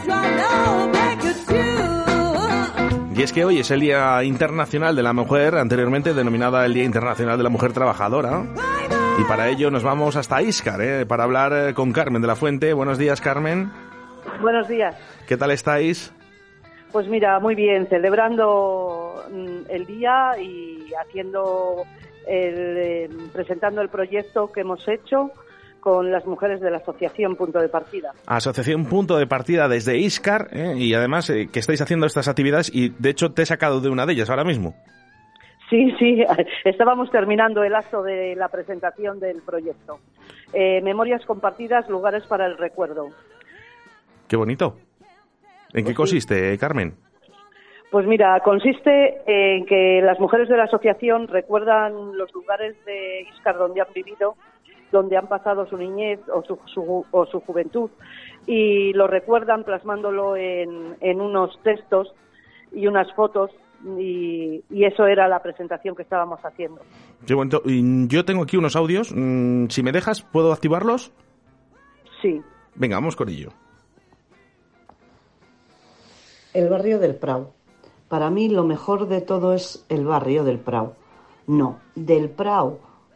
Y es que hoy es el Día Internacional de la Mujer, anteriormente denominada el Día Internacional de la Mujer Trabajadora. Y para ello nos vamos hasta Íscar, para hablar con Carmen de la Fuente. Buenos días, Carmen. Buenos días. ¿Qué tal estáis? Pues mira, muy bien, celebrando el día y presentando el proyecto que hemos hecho con las mujeres de la Asociación Punto de Partida. Asociación Punto de Partida desde Íscar, y además que estáis haciendo estas actividades, y de hecho te he sacado de una de ellas ahora mismo. Sí, estábamos terminando el acto de la presentación del proyecto. Memorias compartidas, lugares para el recuerdo. ¡Qué bonito! ¿En qué consiste, Carmen? Pues mira, consiste en que las mujeres de la asociación recuerdan los lugares de Íscar donde han vivido, donde han pasado su niñez o su juventud, y lo recuerdan plasmándolo en unos textos y unas fotos, y eso era la presentación que estábamos haciendo. Qué bonito. Y yo tengo aquí unos audios. Si me dejas, ¿puedo activarlos? Sí. Venga, vamos con ello. El barrio del Prau. Para mí lo mejor de todo es el barrio del Prau. No, del Prau,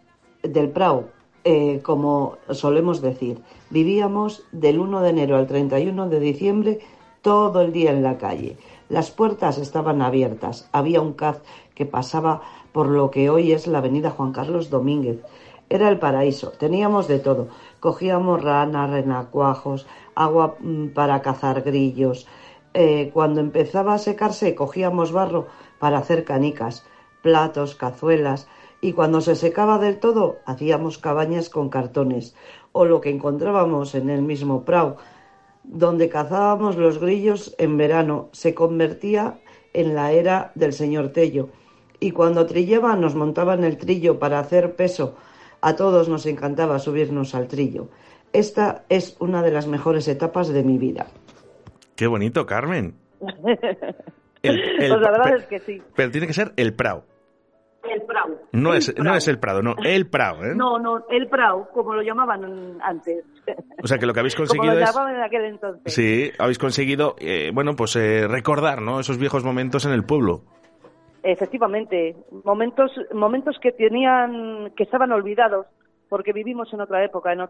como solemos decir, vivíamos del 1 de enero al 31 de diciembre todo el día en la calle. Las puertas estaban abiertas, había un caz que pasaba por lo que hoy es la avenida Juan Carlos Domínguez. Era el paraíso, teníamos de todo. Cogíamos ranas, renacuajos, agua para cazar grillos. Cuando empezaba a secarse, cogíamos barro para hacer canicas, platos, cazuelas. Y cuando se secaba del todo, hacíamos cabañas con cartones. O lo que encontrábamos en el mismo Prau, donde cazábamos los grillos en verano, se convertía en la era del señor Tello. Y cuando trillaba, nos montaban el trillo para hacer peso. A todos nos encantaba subirnos al trillo. Esta es una de las mejores etapas de mi vida. Qué bonito, Carmen. Pues la verdad es que sí. Pero tiene que ser el Prau. El Prau. No es el Prado, no, el Prau, ¿eh? No, el Prau, como lo llamaban antes. O sea que lo que habéis conseguido como lo llamaban en aquel entonces. Sí, habéis conseguido, recordar, ¿no? Esos viejos momentos en el pueblo. Efectivamente, momentos que estaban olvidados, porque vivimos en otra época, en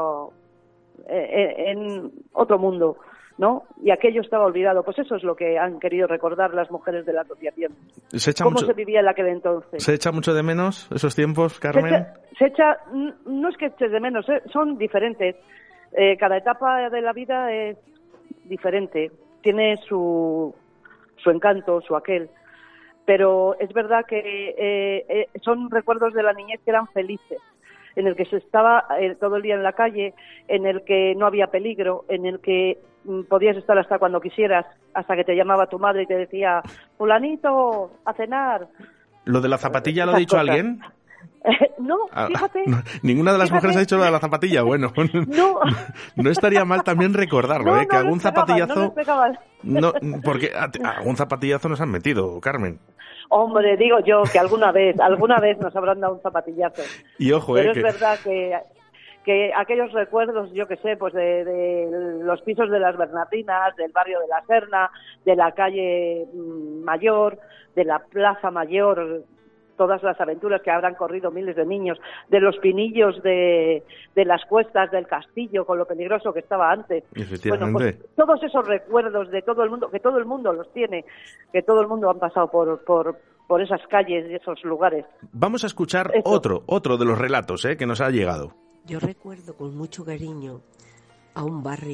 otro mundo, ¿no? Y aquello estaba olvidado. Pues eso es lo que han querido recordar las mujeres de la asociación. ¿Cómo se vivía en aquel entonces? ¿Se echa mucho de menos esos tiempos, Carmen? No es que eches de menos, son diferentes. Cada etapa de la vida es diferente, tiene su encanto, su aquel. Pero es verdad que son recuerdos de la niñez que eran felices, en el que se estaba todo el día en la calle, en el que no había peligro, en el que podías estar hasta cuando quisieras, hasta que te llamaba tu madre y te decía, fulanito, a cenar. ¿Lo de la zapatilla lo ha dicho alguien? No, fíjate. No, ninguna de las mujeres ha dicho lo de la zapatilla. Bueno, no estaría mal también recordarlo, que algún zapatillazo... No, porque algún zapatillazo nos han metido, Carmen. Hombre, digo yo que alguna vez nos habrán dado un zapatillazo. Y ojo, pero es verdad que aquellos recuerdos, yo que sé, pues de los pisos de las Bernardinas, del barrio de la Serna, de la calle Mayor, de la Plaza Mayor, todas las aventuras que habrán corrido miles de niños, de los pinillos de las cuestas del castillo, con lo peligroso que estaba antes. Efectivamente. Bueno, pues todos esos recuerdos de todo el mundo, que todo el mundo los tiene, que todo el mundo han pasado por esas calles y esos lugares. Vamos a escuchar otro de los relatos que nos ha llegado. Yo recuerdo con mucho cariño a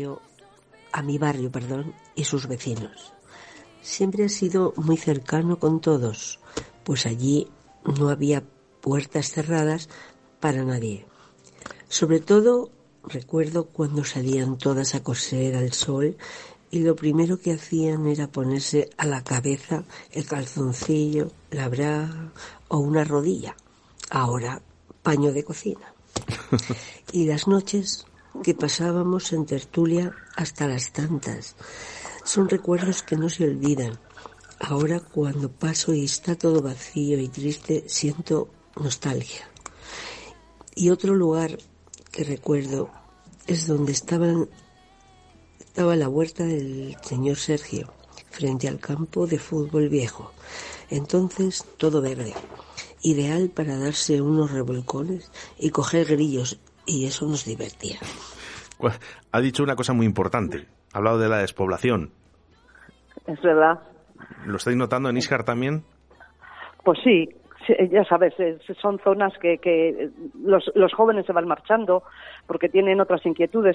mi barrio, y sus vecinos. Siempre ha sido muy cercano con todos, pues allí no había puertas cerradas para nadie. Sobre todo recuerdo cuando salían todas a coser al sol y lo primero que hacían era ponerse a la cabeza el calzoncillo, la braga o una rodilla. Ahora, paño de cocina. Y las noches que pasábamos en tertulia hasta las tantas. Son recuerdos que no se olvidan. Ahora cuando paso y está todo vacío y triste, siento nostalgia. Y otro lugar que recuerdo es donde estaba la huerta del señor Sergio, frente al campo de fútbol viejo. Entonces todo verde, ideal para darse unos revolcones y coger grillos, y eso nos divertía. Ha dicho una cosa muy importante, ha hablado de la despoblación. Es verdad. ¿Lo estáis notando en Íscar también? Pues sí, ya sabes, son zonas que los jóvenes se van marchando porque tienen otras inquietudes,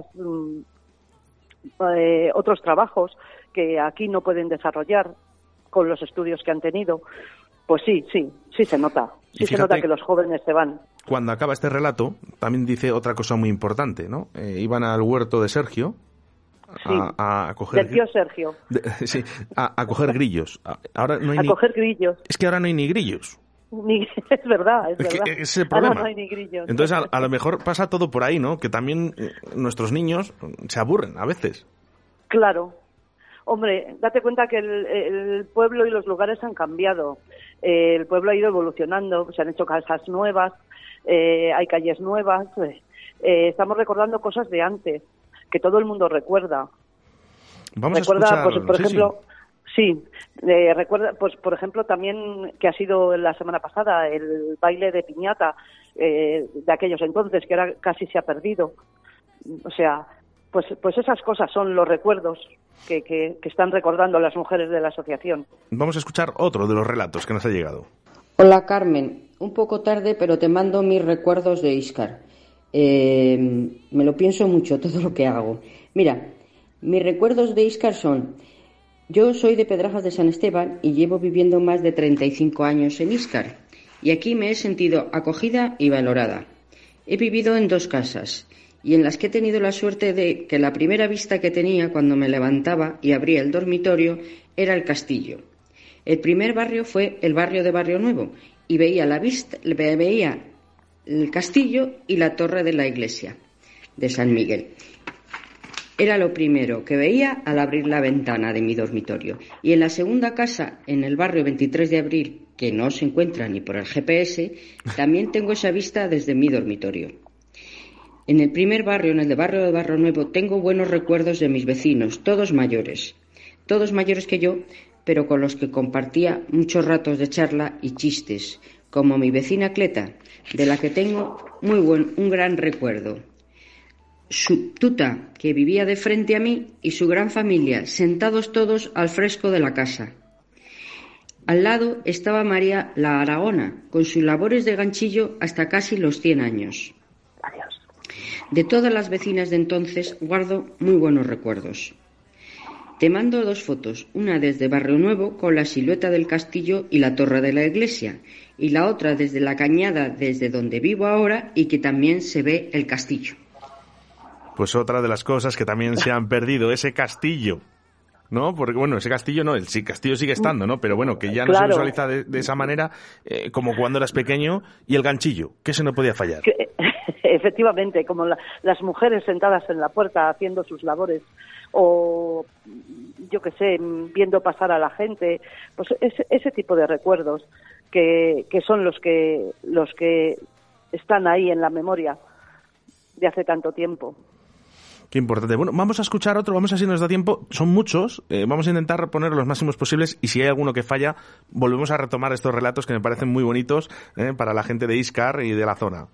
otros trabajos que aquí no pueden desarrollar con los estudios que han tenido. Pues sí se nota. Sí se nota que los jóvenes se van. Cuando acaba este relato, también dice otra cosa muy importante, ¿no? Iban al huerto de Sergio a coger... Del tío Sergio. Sí, a coger grillos. Ahora no hay coger grillos. Es que ahora no hay ni grillos. Es verdad. Ese es el problema. Ahora no hay ni grillos. Entonces, a lo mejor pasa todo por ahí, ¿no? Que también nuestros niños se aburren a veces. Claro. Hombre, date cuenta que el pueblo y los lugares han cambiado. El pueblo ha ido evolucionando, se han hecho casas nuevas, hay calles nuevas. Estamos recordando cosas de antes, que todo el mundo recuerda. Vamos a escuchar... Pues, por ejemplo, Sí, recuerda, pues por ejemplo también que ha sido la semana pasada el baile de piñata de aquellos entonces, que ahora casi se ha perdido. O sea, pues esas cosas son los recuerdos que están recordando las mujeres de la asociación. Vamos a escuchar otro de los relatos que nos ha llegado. Hola Carmen, un poco tarde pero te mando mis recuerdos de Íscar. Me lo pienso mucho todo lo que hago. Mira, mis recuerdos de Íscar son: yo soy de Pedrajas de San Esteban y llevo viviendo más de 35 años en Íscar, y aquí me he sentido acogida y valorada. He vivido en 2 casas y en las que he tenido la suerte de que la primera vista que tenía cuando me levantaba y abría el dormitorio era el castillo. El primer barrio fue el barrio de Barrio Nuevo y veía el castillo y la torre de la iglesia de San Miguel. Era lo primero que veía al abrir la ventana de mi dormitorio. Y en la segunda casa, en el barrio 23 de Abril, que no se encuentra ni por el GPS, también tengo esa vista desde mi dormitorio. En el primer barrio, en el de Barrio de Barrio Nuevo, tengo buenos recuerdos de mis vecinos, todos mayores que yo, pero con los que compartía muchos ratos de charla y chistes, como mi vecina Cleta, de la que tengo un gran recuerdo. Su tuta, que vivía de frente a mí, y su gran familia, sentados todos al fresco de la casa. Al lado estaba María la Aragona, con sus labores de ganchillo hasta casi los 100 años. De todas las vecinas de entonces guardo muy buenos recuerdos. Te mando 2 fotos, una desde Barrio Nuevo con la silueta del castillo y la torre de la iglesia, y la otra desde la cañada, desde donde vivo ahora, y que también se ve el castillo. Pues otra de las cosas que también se han perdido, ese castillo, ¿no? Porque, bueno, ese castillo no, el castillo sigue estando, ¿no? Pero bueno, que ya no se visualiza de esa manera como cuando eras pequeño, y el ganchillo, que ese no podía fallar. Efectivamente, como las mujeres sentadas en la puerta haciendo sus labores, o yo qué sé, viendo pasar a la gente, pues ese tipo de recuerdos que son los que están ahí en la memoria de hace tanto tiempo. Qué importante. Bueno, vamos a escuchar otro, vamos a ver si nos da tiempo. Son muchos, vamos a intentar poner los máximos posibles, y si hay alguno que falla, volvemos a retomar estos relatos que me parecen muy bonitos para la gente de Íscar y de la zona.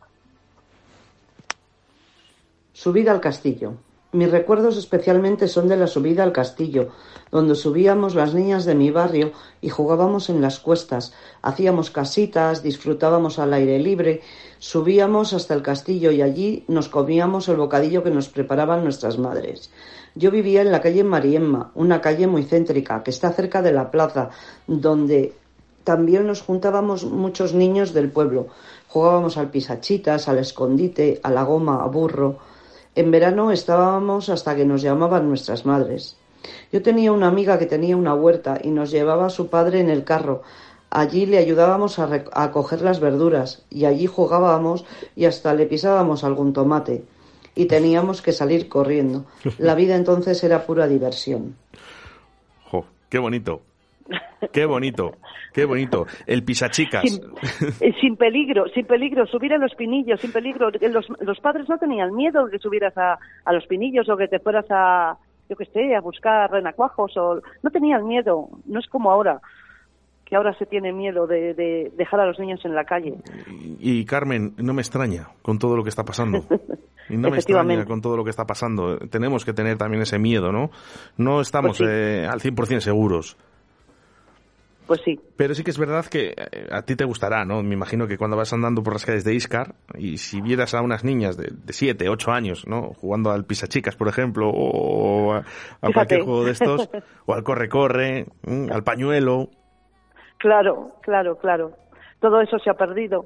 Subida al castillo. Mis recuerdos especialmente son de la subida al castillo, donde subíamos las niñas de mi barrio y jugábamos en las cuestas, hacíamos casitas, disfrutábamos al aire libre, subíamos hasta el castillo y allí nos comíamos el bocadillo que nos preparaban nuestras madres. Yo vivía en la calle Mariemma, una calle muy céntrica que está cerca de la plaza, donde también nos juntábamos muchos niños del pueblo. Jugábamos al pisachitas, al escondite, a la goma, a burro. En verano estábamos hasta que nos llamaban nuestras madres. Yo tenía una amiga que tenía una huerta y nos llevaba a su padre en el carro. Allí le ayudábamos a coger las verduras y allí jugábamos y hasta le pisábamos algún tomate. Y teníamos que salir corriendo. La vida entonces era pura diversión. ¡Jo! ¡Qué bonito! ¡Qué bonito! ¡Qué bonito! El pisachicas. Sin peligro, subir a los pinillos, sin peligro. Los padres no tenían miedo de que subieras a los pinillos o que te fueras a buscar renacuajos. No tenían miedo, no es como ahora, que ahora se tiene miedo de dejar a los niños en la calle. Y Carmen, no me extraña con todo lo que está pasando. Y no me extraña con todo lo que está pasando. Tenemos que tener también ese miedo, ¿no? No estamos al 100% seguros. Pues sí. Pero sí que es verdad que a ti te gustará, ¿no? Me imagino que cuando vas andando por las calles de Íscar y si vieras a unas niñas de 7, 8 años, ¿no? Jugando al pisachicas, por ejemplo, o a cualquier juego de estos, o al corre-corre, al pañuelo. Claro. Todo eso se ha perdido.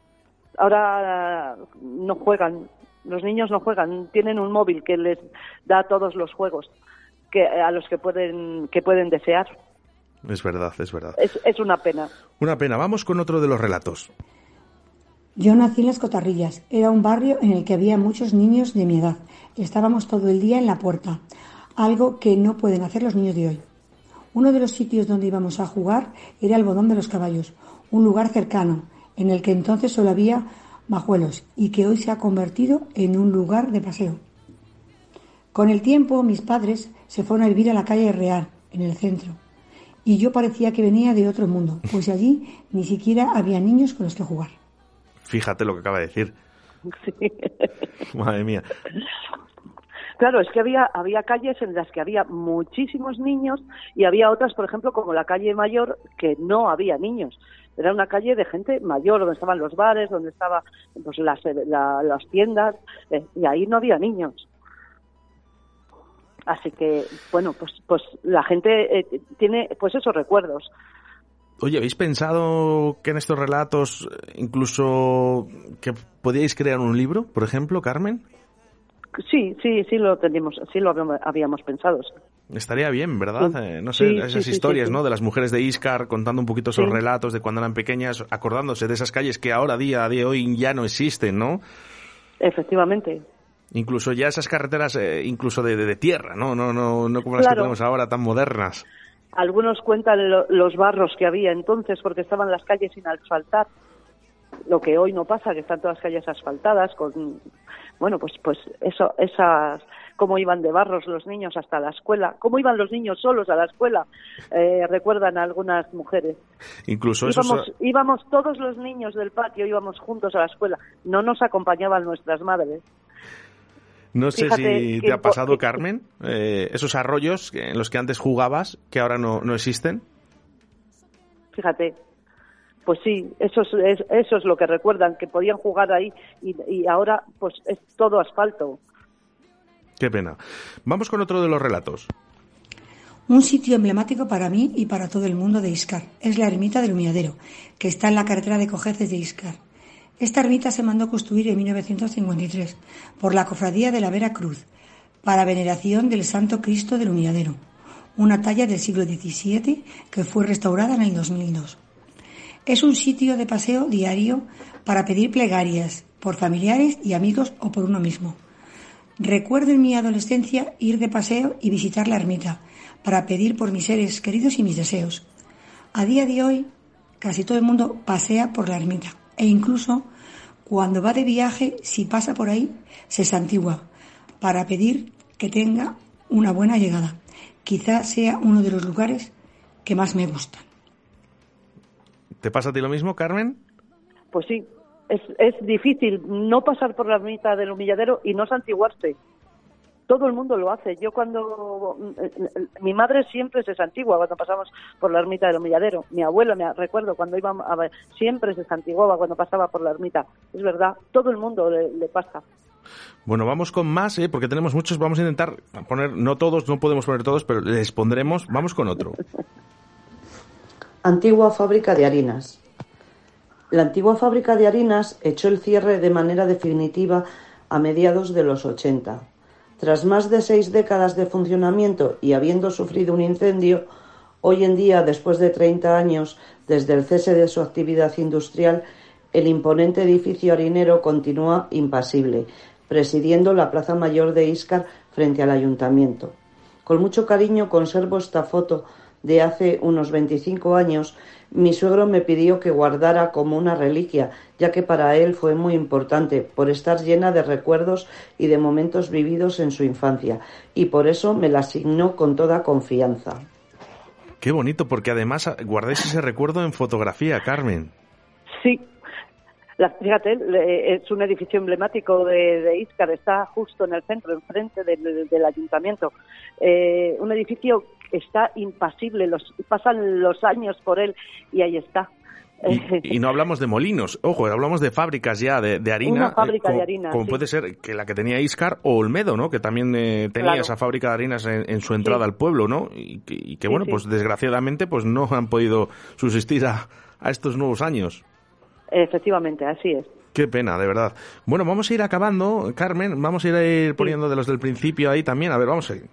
Ahora no juegan, los niños no juegan, tienen un móvil que les da todos los juegos a los que pueden desear. Es verdad. Es una pena. Una pena. Vamos con otro de los relatos. Yo nací en Las Cotarrillas. Era un barrio en el que había muchos niños de mi edad. Estábamos todo el día en la puerta, algo que no pueden hacer los niños de hoy. Uno de los sitios donde íbamos a jugar era el Bodón de los Caballos, un lugar cercano, en el que entonces solo había majuelos y que hoy se ha convertido en un lugar de paseo. Con el tiempo, mis padres se fueron a vivir a la calle Real, en el centro, y yo parecía que venía de otro mundo, pues allí ni siquiera había niños con los que jugar. Fíjate lo que acaba de decir. Sí. Madre mía. Claro, es que había calles en las que había muchísimos niños y había otras, por ejemplo, como la calle Mayor, que no había niños. Era una calle de gente mayor, donde estaban los bares, donde estaban pues, las tiendas, y ahí no había niños. Así que, bueno, pues la gente tiene pues esos recuerdos. Oye, ¿habéis pensado que en estos relatos incluso que podíais crear un libro, por ejemplo, Carmen? Sí, lo habíamos pensado. Estaría bien, ¿verdad? Sí. No sé, Sí, esas sí, historias, sí. ¿no? De las mujeres de Íscar contando un poquito esos Sí. relatos de cuando eran pequeñas, acordándose de esas calles que ahora, día de hoy, ya no existen, ¿no? Efectivamente. Incluso ya esas carreteras, incluso de tierra, ¿no? No como las que Claro. tenemos ahora, tan modernas. Algunos cuentan los barros que había entonces porque estaban las calles sin asfaltar. Lo que hoy no pasa, que están todas las calles asfaltadas con, bueno, pues esas, cómo iban de barros los niños hasta la escuela, cómo iban los niños solos a la escuela, recuerdan a algunas mujeres. Incluso Íbamos todos los niños del patio, íbamos juntos a la escuela, no nos acompañaban nuestras madres. No sé Fíjate si que te ha pasado, Carmen, esos arroyos en los que antes jugabas, que ahora no existen. Fíjate, pues sí, eso es lo que recuerdan, que podían jugar ahí y ahora pues es todo asfalto. Qué pena. Vamos con otro de los relatos. Un sitio emblemático para mí y para todo el mundo de Íscar es la ermita del Humilladero, que está en la carretera de Cojeces de Íscar. Esta ermita se mandó construir en 1953 por la Cofradía de la Vera Cruz para veneración del Santo Cristo del Humilladero, una talla del siglo XVII que fue restaurada en el 2002. Es un sitio de paseo diario para pedir plegarias por familiares y amigos o por uno mismo. Recuerdo en mi adolescencia ir de paseo y visitar la ermita para pedir por mis seres queridos y mis deseos. A día de hoy, casi todo el mundo pasea por la ermita e incluso cuando va de viaje, si pasa por ahí, se santigua para pedir que tenga una buena llegada. Quizás sea uno de los lugares que más me gustan. ¿Te pasa a ti lo mismo, Carmen? Pues sí, es difícil no pasar por la ermita del Humilladero y no santiguarse. Todo el mundo lo hace. Yo mi madre siempre se santigua cuando pasamos por la ermita del Humilladero. Mi abuela, me recuerdo, cuando íbamos a ver, siempre se santiguaba cuando pasaba por la ermita. Es verdad, todo el mundo le pasa. Bueno, vamos con más, porque tenemos muchos. Vamos a intentar poner, no todos, no podemos poner todos, pero les pondremos. Vamos con otro. Antigua fábrica de harinas. La antigua fábrica de harinas echó el cierre de manera definitiva a mediados de los 80. Tras más de 6 décadas de funcionamiento y habiendo sufrido un incendio, hoy en día, después de 30 años desde el cese de su actividad industrial, el imponente edificio harinero continúa impasible, presidiendo la Plaza Mayor de Íscar frente al ayuntamiento. Con mucho cariño conservo esta foto de hace unos 25 años. Mi suegro me pidió que guardara como una reliquia, ya que para él fue muy importante, por estar llena de recuerdos y de momentos vividos en su infancia, y por eso me la asignó con toda confianza. Qué bonito, porque además guardáis ese recuerdo en fotografía, Carmen. Sí. Fíjate, es un edificio emblemático de Íscar, está justo en el centro, enfrente del ayuntamiento. Un edificio que está impasible, pasan los años por él y ahí está. Y no hablamos de molinos, ojo, hablamos de fábricas ya de harina. Una fábrica de harina, como sí. puede ser que la que tenía Íscar o Olmedo, ¿no? Que también tenía Claro. esa fábrica de harinas en su entrada al pueblo, ¿no? Y que Sí, bueno, sí. pues desgraciadamente pues no han podido subsistir a estos nuevos años. Efectivamente, así es. Qué pena, de verdad. Bueno, vamos a ir acabando, Carmen, vamos a ir poniendo de los del principio ahí también. A ver, vamos a ir.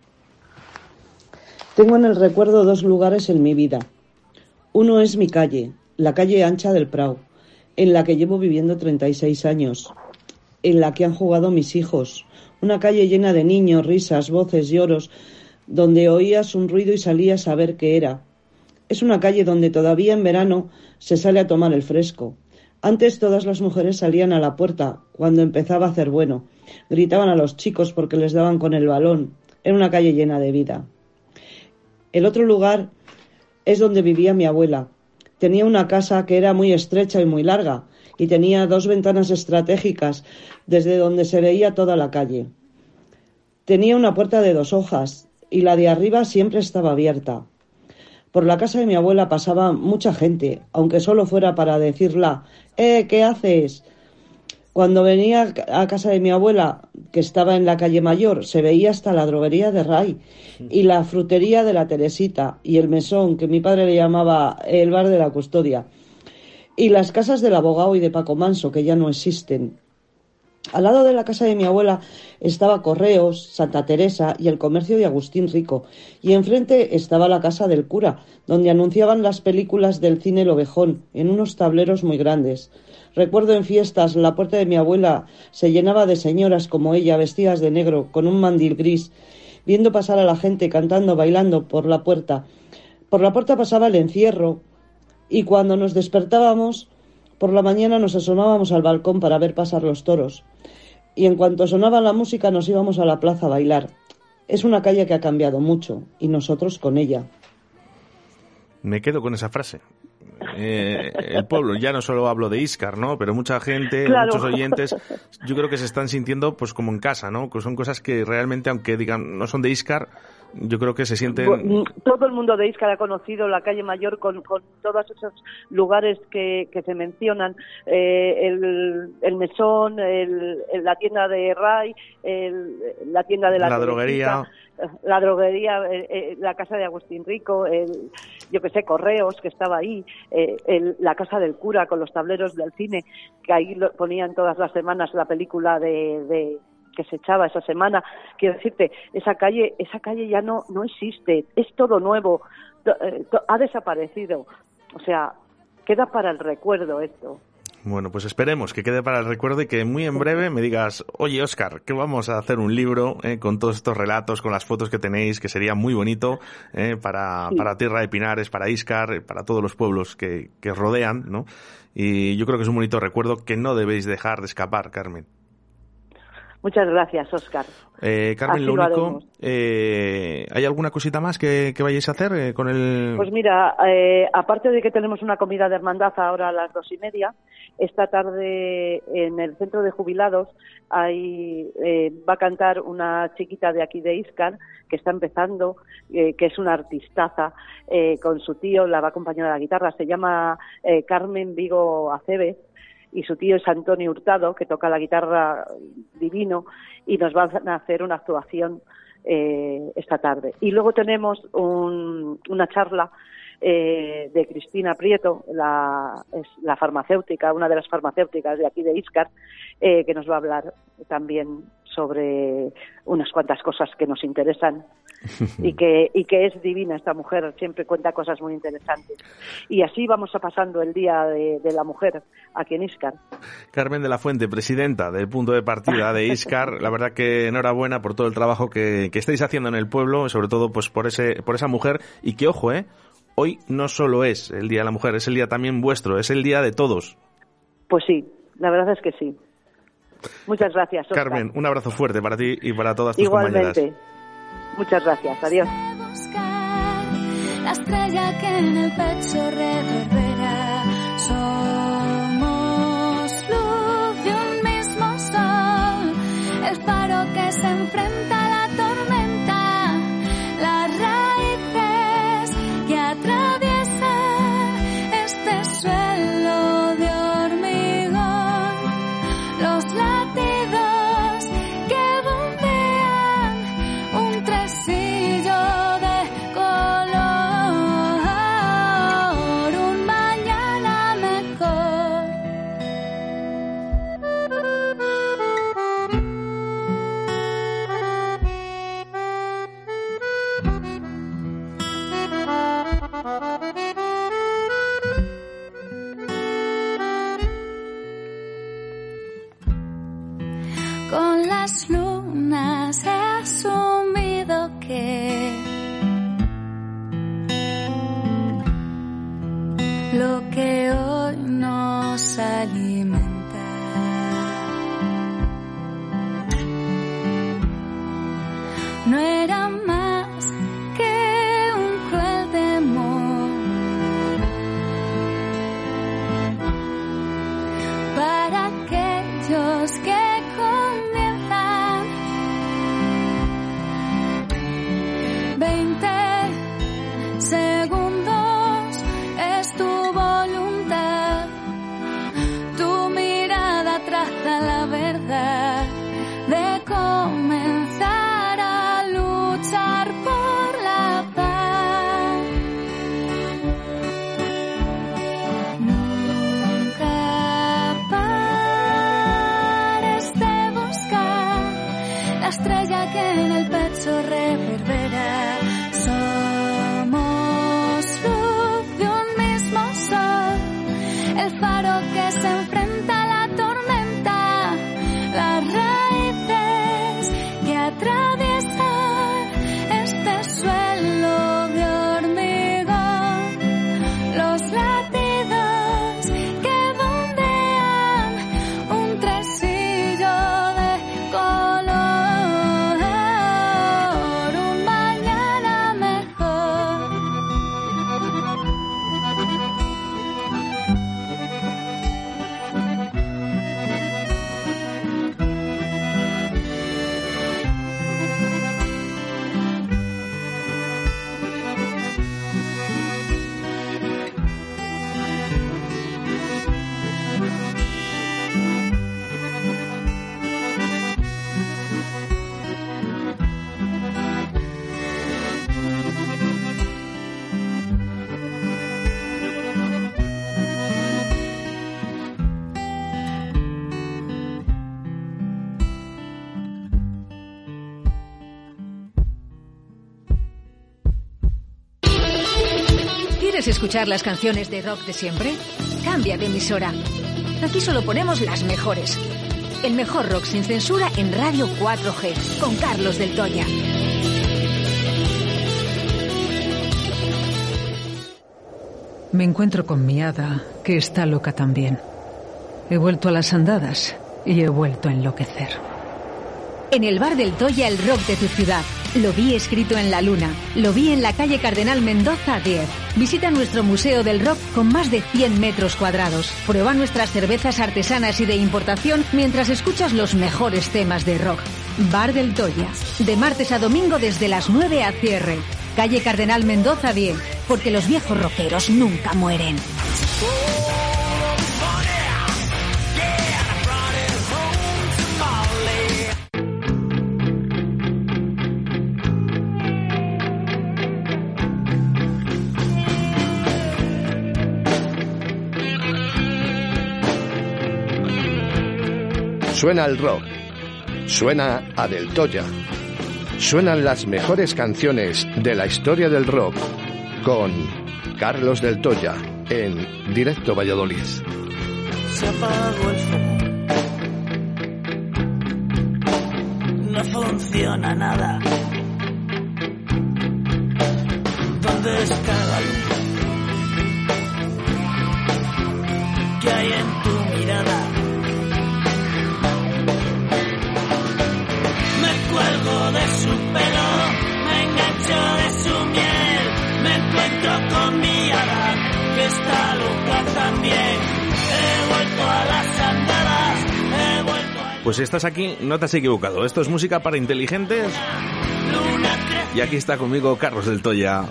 Tengo en el recuerdo 2 lugares en mi vida. Uno es mi calle, la calle ancha del Prau, en la que llevo viviendo 36 años, en la que han jugado mis hijos. Una calle llena de niños, risas, voces, lloros, donde oías un ruido y salías a ver qué era. Es una calle donde todavía en verano se sale a tomar el fresco. Antes todas las mujeres salían a la puerta cuando empezaba a hacer bueno. Gritaban a los chicos porque les daban con el balón. Era una calle llena de vida. El otro lugar es donde vivía mi abuela. Tenía una casa que era muy estrecha y muy larga, y tenía 2 ventanas estratégicas desde donde se veía toda la calle. Tenía una puerta de 2 hojas, y la de arriba siempre estaba abierta. Por la casa de mi abuela pasaba mucha gente, aunque solo fuera para decirla, ¿qué haces? Cuando venía a casa de mi abuela, que estaba en la calle Mayor, se veía hasta la droguería de Ray y la frutería de la Teresita y el mesón, que mi padre le llamaba el bar de la custodia, y las casas del abogado y de Paco Manso, que ya no existen. Al lado de la casa de mi abuela estaba Correos, Santa Teresa y el comercio de Agustín Rico, y enfrente estaba la casa del cura, donde anunciaban las películas del cine El Ovejón, en unos tableros muy grandes. Recuerdo en fiestas, la puerta de mi abuela se llenaba de señoras como ella, vestidas de negro, con un mandil gris, viendo pasar a la gente cantando, bailando por la puerta. Por la puerta pasaba el encierro, y cuando nos despertábamos, por la mañana nos asomábamos al balcón para ver pasar los toros. Y en cuanto sonaba la música nos íbamos a la plaza a bailar. Es una calle que ha cambiado mucho, y nosotros con ella. Me quedo con esa frase. El pueblo, ya no solo hablo de Íscar, ¿no? Pero mucha gente, Claro. muchos oyentes, yo creo que se están sintiendo pues como en casa, ¿no? Que son cosas que realmente, aunque digan no son de Íscar, yo creo que se sienten... Todo el mundo de Íscar ha conocido la calle Mayor con todos esos lugares que se mencionan, el mesón, la tienda de Ray, la tienda de la droguería. La droguería, la casa de Agustín Rico, yo que sé, Correos, que estaba ahí, la casa del cura con los tableros del cine, que ahí ponían todas las semanas la película de que se echaba esa semana. Quiero decirte, esa calle ya no existe, es todo nuevo, ha desaparecido. O sea, queda para el recuerdo esto. Bueno, pues esperemos que quede para el recuerdo y que muy en breve me digas, oye, Óscar, que vamos a hacer un libro con todos estos relatos, con las fotos que tenéis, que sería muy bonito para Tierra de Pinares, para Íscar, para todos los pueblos que rodean, ¿no? Y yo creo que es un bonito recuerdo que no debéis dejar de escapar, Carmen. Muchas gracias, Óscar. Carmen, Así lo lo único, haremos. ¿hay alguna cosita más que vayáis a hacer con el...? Pues mira, aparte de que tenemos una comida de hermandad ahora a las 2:30, esta tarde en el centro de jubilados va a cantar una chiquita de aquí de Íscar que está empezando, que es una artistaza, con su tío, la va a acompañar a la guitarra, se llama Carmen Vigo Aceves, y su tío es Antonio Hurtado, que toca la guitarra divino, y nos van a hacer una actuación esta tarde. Y luego tenemos una charla de Cristina Prieto, es la farmacéutica, una de las farmacéuticas de aquí de Íscar, que nos va a hablar también sobre unas cuantas cosas que nos interesan y que es divina esta mujer, siempre cuenta cosas muy interesantes. Y así vamos a pasando el Día de la Mujer aquí en Íscar. Carmen de la Fuente, presidenta del punto de partida de Íscar, la verdad que enhorabuena por todo el trabajo que estáis haciendo en el pueblo, sobre todo pues por esa mujer, y que ojo, hoy no solo es el Día de la Mujer, es el día también vuestro, es el día de todos. Pues sí, la verdad es que sí. Muchas gracias, Óscar. Carmen, un abrazo fuerte para ti y para todas tus compañeras. Igualmente. Muchas gracias. Adiós. La estrella que en el pecho reverbera. Somos luz de un mismo sol, el faro que se enfrenta a la tormenta, las raíces que atraviesan este suelo de hormigón, los latidos que bombean un tresillo de color, un mañana mejor. Con las lunas he asumido que lo que hoy nos alimenta no era más que un cruel temor ¿Quieres escuchar las canciones de rock de siempre? Cambia de emisora. Aquí solo ponemos las mejores. El mejor rock sin censura en Radio 4G, con Carlos del Toya. Me encuentro con mi hada, que está loca también. He vuelto a las andadas y he vuelto a enloquecer. En el bar del Toya, el rock de tu ciudad. Lo vi escrito en la luna. Lo vi en la calle Cardenal Mendoza 10. Visita nuestro Museo del Rock con más de 100 metros cuadrados. Prueba nuestras cervezas artesanas y de importación mientras escuchas los mejores temas de rock. Bar del Toya. De martes a domingo desde las 9 a cierre. Calle Cardenal Mendoza 10. Porque los viejos rockeros nunca mueren. Suena el rock, suena a Del Toya, suenan las mejores canciones de la historia del rock con Carlos del Toya en Directo Valladolid. Se apagó el fuego, no funciona nada. ¿Dónde está la luz? ¿Qué hay en tu mirada? Cuelgo de su pelo, me engancho de su miel, me encuentro con mi hada, que está loca también. He vuelto a las andadas, he vuelto a... Pues si estás aquí, no te has equivocado. Esto es música para inteligentes. Y aquí está conmigo Carlos del Toya.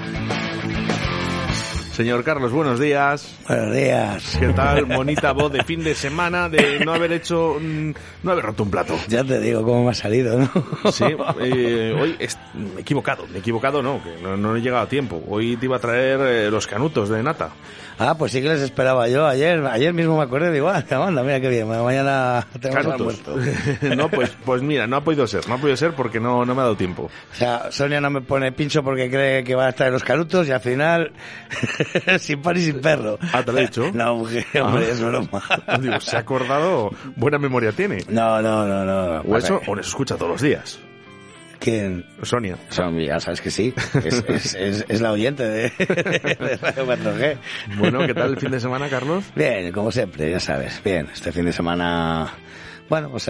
Señor Carlos, buenos días. Buenos días. ¿Qué tal? Bonita voz de fin de semana, de no haber hecho, no haber roto un plato. Ya te digo cómo me ha salido, ¿no? Sí, hoy me he equivocado no, que no he llegado a tiempo. Hoy te iba a traer los canutos de nata. Ah, pues sí que les esperaba yo. Ayer mismo me acordé, digo, anda, mira qué bien, mañana tenemos almuerzo. No, pues mira, no ha podido ser porque no me ha dado tiempo. O sea, Sonia no me pone pincho porque cree que va a estar en los canutos y al final, sin pan y sin perro. Ah, ¿te lo he dicho? No, hombre, es broma. Digo, se ha acordado, buena memoria tiene. No. O eso escucha todos los días. ¿Quién? Sonia. Ya sabes que sí. Es la oyente de Radio 4G. Bueno, ¿qué tal el fin de semana, Carlos? Bien, como siempre, ya sabes. Bien, este fin de semana... Bueno, pues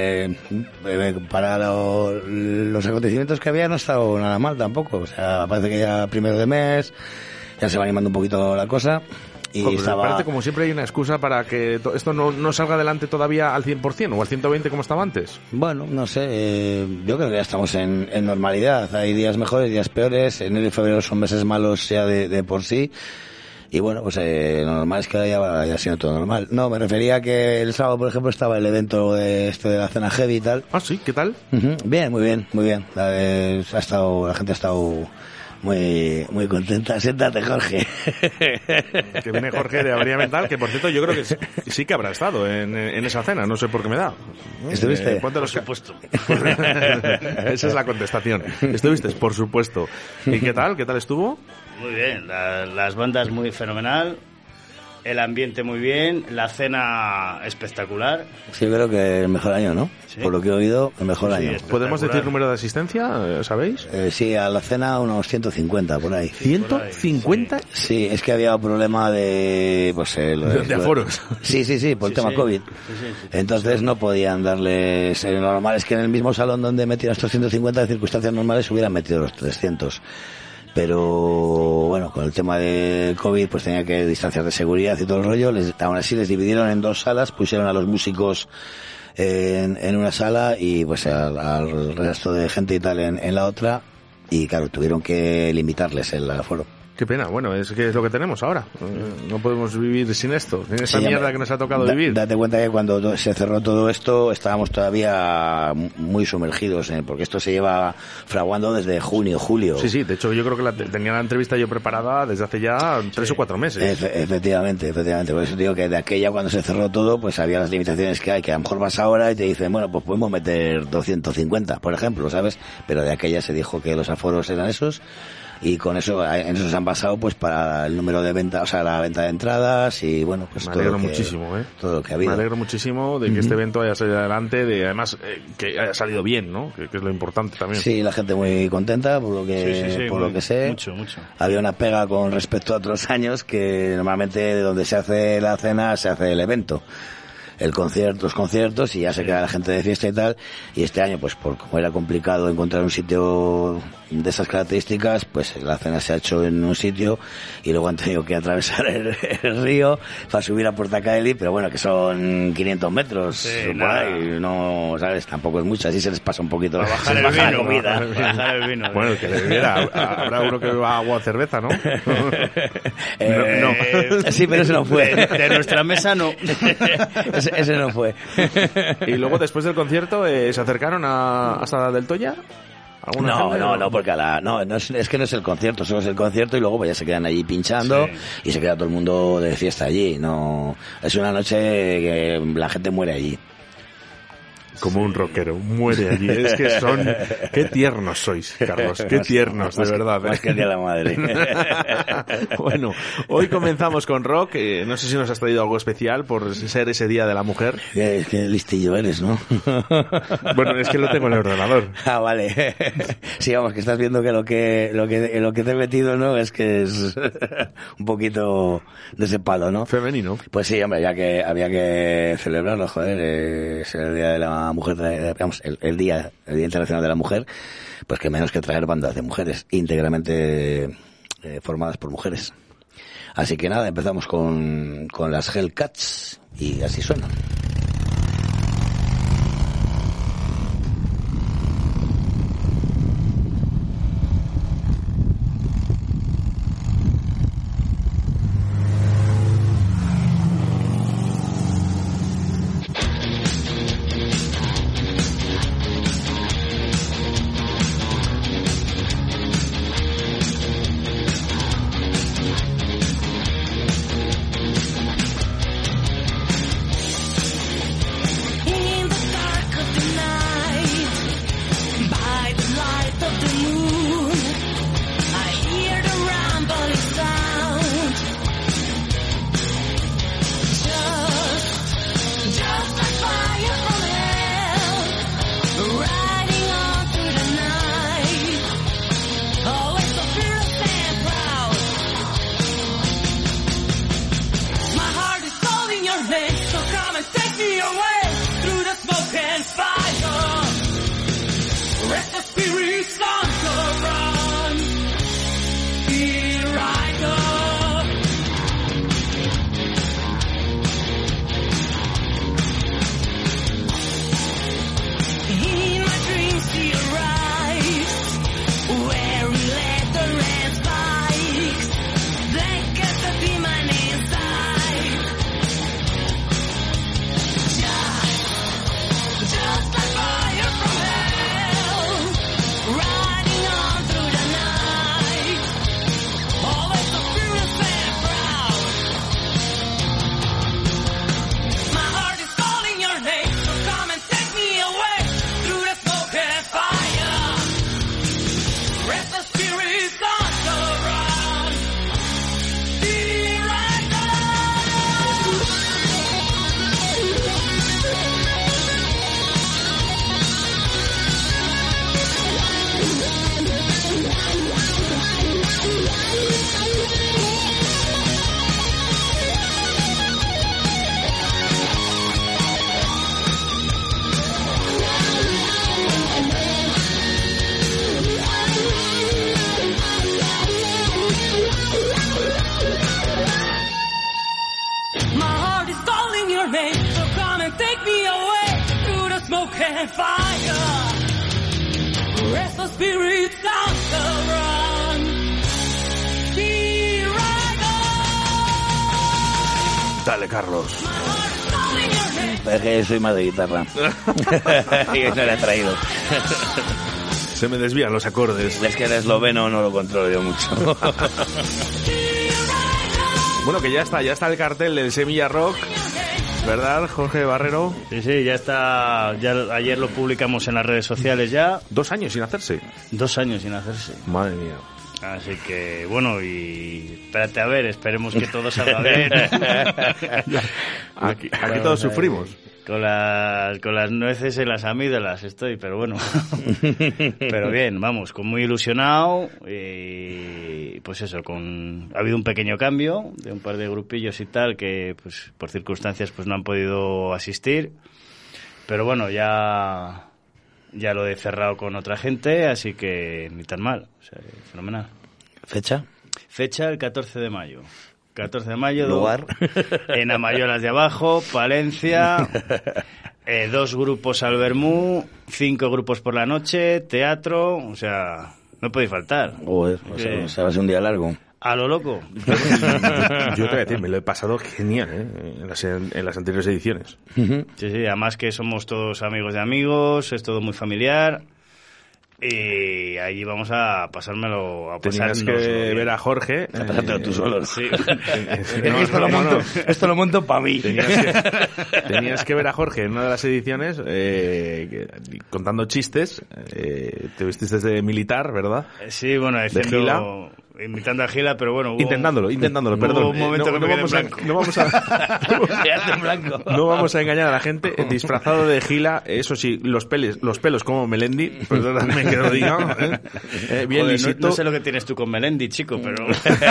para los acontecimientos que había no ha estado nada mal tampoco. O sea, parece que ya primero de mes ya se va animando un poquito la cosa. Y parece como siempre hay una excusa para que esto no salga adelante todavía al 100% o al 120% como estaba antes. Bueno, no sé, yo creo que ya estamos en normalidad. Hay días mejores, días peores. Enero y febrero son meses malos ya de por sí. Y bueno, pues lo normal es que haya sido todo normal. No, me refería a que el sábado, por ejemplo, estaba el evento de la cena heavy y tal. Ah, sí, ¿qué tal? Bien, muy bien. La gente ha estado muy contenta. Siéntate, Jorge. Que viene Jorge de Avería Mental, que por cierto yo creo que sí que habrá estado en esa cena, no sé por qué me da. ¿Estuviste? Por supuesto. Esa es la contestación. ¿Estuviste? Por supuesto. ¿Y qué tal? ¿Qué tal estuvo? Muy bien, las bandas muy fenomenal, el ambiente muy bien, la cena espectacular. Sí, yo creo que el mejor año, ¿no? ¿Sí? Por lo que he oído, el mejor año. ¿Podemos decir número de asistencia, sabéis? Sí, a la cena unos 150 por ahí. ¿150? Sí, es que había un problema de aforos. Sí, por el tema COVID. Sí. Entonces no podían darles... Lo normal es que en el mismo salón donde metían estos 150 de circunstancias normales hubieran metido los 300. Pero bueno, con el tema de COVID pues tenía que distancias de seguridad y todo el rollo. Aún así les dividieron en dos salas, pusieron a los músicos en una sala y pues al resto de gente y tal en la otra, y claro, tuvieron que limitarles el aforo. Qué pena, bueno, es que es lo que tenemos ahora. No podemos vivir sin esto, sin esa mierda que nos ha tocado vivir. Date cuenta que cuando se cerró todo esto estábamos todavía muy sumergidos, porque esto se lleva fraguando desde junio, julio. Sí, de hecho yo creo que tenía la entrevista yo preparada desde hace ya 3 o 4 meses. Efectivamente. Por eso digo que de aquella cuando se cerró todo, pues había las limitaciones que hay, que a lo mejor vas ahora y te dicen, bueno, pues podemos meter 250, por ejemplo, ¿sabes? Pero de aquella se dijo que los aforos eran esos. y con eso, en eso se han basado pues para el número de ventas, o sea, la venta de entradas y bueno, pues me alegro muchísimo, todo lo que ha habido. Me alegro muchísimo de que este evento haya salido adelante, de además que haya salido bien, ¿no? Que es lo importante también. Sí, la gente muy contenta por lo que por lo que sé. Mucho. Había una pega con respecto a otros años que normalmente donde se hace la cena se hace el evento. Los conciertos y ya se queda la gente de fiesta y tal, y este año pues como era complicado encontrar un sitio de esas características, pues la cena se ha hecho en un sitio y luego han tenido que atravesar el río para subir a Portacaeli, pero bueno, que son 500 metros por ahí, no, ¿sabes? Tampoco es mucho, así se les pasa un poquito la comida. Bajar el vino. Bueno, el que le bebiera, habrá uno que beba agua o cerveza, ¿no? No. Sí, pero ese no fue. De nuestra mesa no. Ese no fue. Y luego después del concierto se acercaron hasta del Toya. No, porque es que no es el concierto, solo es el concierto y luego pues ya se quedan allí pinchando y se queda todo el mundo de fiesta allí. No, es una noche que la gente muere allí. Como un rockero, muere allí. Es que qué tiernos sois, Carlos, qué tiernos, de verdad. Más que el día de la madre. Bueno, hoy comenzamos con rock. No sé si nos has traído algo especial por ser ese Día de la Mujer. Es que listillo eres, ¿no? Bueno, es que lo tengo en el ordenador. Ah, vale. Sí, vamos, que estás viendo que lo que te he metido, ¿no? Es que es un poquito de ese palo, ¿no? Femenino. Pues sí, hombre, ya que había que celebrarlo, joder, es el Día de la Mujer, digamos, el Día Internacional de la Mujer, pues que menos que traer bandas de mujeres íntegramente formadas por mujeres. Así que nada, empezamos con las Hellcats y así suenan. Dale, Carlos. Es que soy más de guitarra. Y no le he traído. Se me desvían los acordes. Es que el esloveno no lo controlo yo mucho. Bueno, que ya está el cartel del Semilla Rock, ¿verdad, Jorge Barrero? Sí, ya está. Ya ayer lo publicamos en las redes sociales ya. 2 años sin hacerse. 2 años sin hacerse. Madre mía. Así que, bueno, y espérate a ver, esperemos que todo salga bien. Aquí todos sufrimos. Con las nueces en las amígdalas estoy, pero bueno. Pero bien, vamos, muy ilusionado. Y pues eso, ha habido un pequeño cambio de un par de grupillos y tal que pues por circunstancias pues no han podido asistir. Pero bueno, ya lo he cerrado con otra gente, así que ni tan mal. O sea, fenomenal. ¿Fecha? Fecha el 14 de mayo. 14 de mayo. ¿Lugar? En Amayolas de Abajo, Palencia. 2 grupos al Bermú, 5 grupos por la noche, teatro. O sea, no podéis faltar. O sea, va a ser un día largo. A lo loco. Yo te voy a decir, me lo he pasado genial, en las anteriores ediciones. Sí, además que somos todos amigos de amigos, es todo muy familiar. Y allí vamos a pasármelo, a Tenías que ver a Jorge. A pasártelo tú solo. Sí. Esto lo monto para mí. Tenías que ver a Jorge en una de las ediciones contando chistes. Te vestiste de militar, ¿verdad? Sí, bueno, imitando a Gila, pero bueno. Intentándolo, perdón. Hubo un momento que me quedé en blanco. No vamos a engañar a la gente. Disfrazado de Gila, eso sí, los pelos como Melendi, perdóname que lo diga. Bien Joder, lisito. No sé lo que tienes tú con Melendi, chico, pero...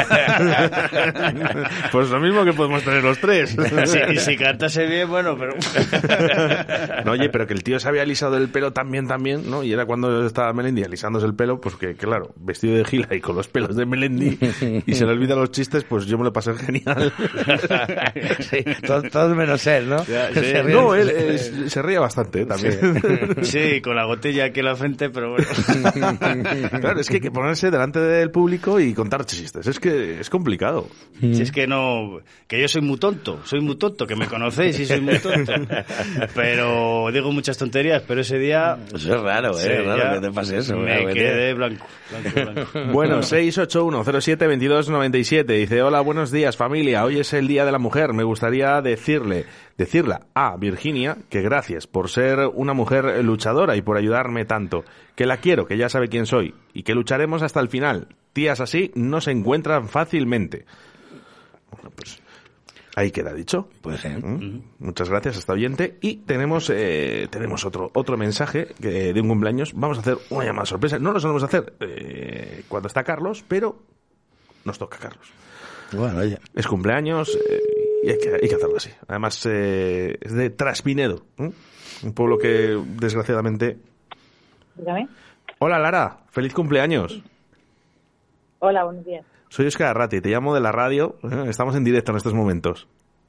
Pues lo mismo que podemos tener los tres. Y si cantase bien, bueno, pero... No, oye, pero que el tío se había alisado el pelo también, ¿no? Y era cuando estaba Melendi alisándose el pelo, pues que claro, vestido de Gila y con los pelos de Melendi, y se le olvidan los chistes, pues yo me lo pasé genial. Sí, todos menos él, ¿no? Él se ríe bastante también. Sí, con la gotilla aquí en la frente, pero bueno. Claro, es que hay que ponerse delante del público y contar chistes. Es que es complicado. Si es que que yo soy muy tonto, que me conocéis y soy muy tonto. Pero digo muchas tonterías, pero ese día... Eso es raro, sí, raro que te pase eso. Me quedé blanco. Bueno, 681072297 dice: hola, buenos días familia, hoy es el Día de la Mujer, me gustaría decirla a Virginia que gracias por ser una mujer luchadora y por ayudarme tanto, que la quiero, que ya sabe quién soy y que lucharemos hasta el final. Tías así no se encuentran fácilmente. Bueno, pues ahí queda dicho. Pues muchas gracias a esta oyente. Y tenemos otro mensaje de un cumpleaños. Vamos a hacer una llamada sorpresa. No lo solemos hacer cuando está Carlos, pero nos toca Carlos. Bueno, oye. Es cumpleaños y hay que hacerlo así. Además, es de Traspinedo, un pueblo que desgraciadamente... Dígame. Hola Lara, feliz cumpleaños. Hola, buenos días. Soy Óscar Arrati, te llamo de la radio. Estamos en directo en estos momentos.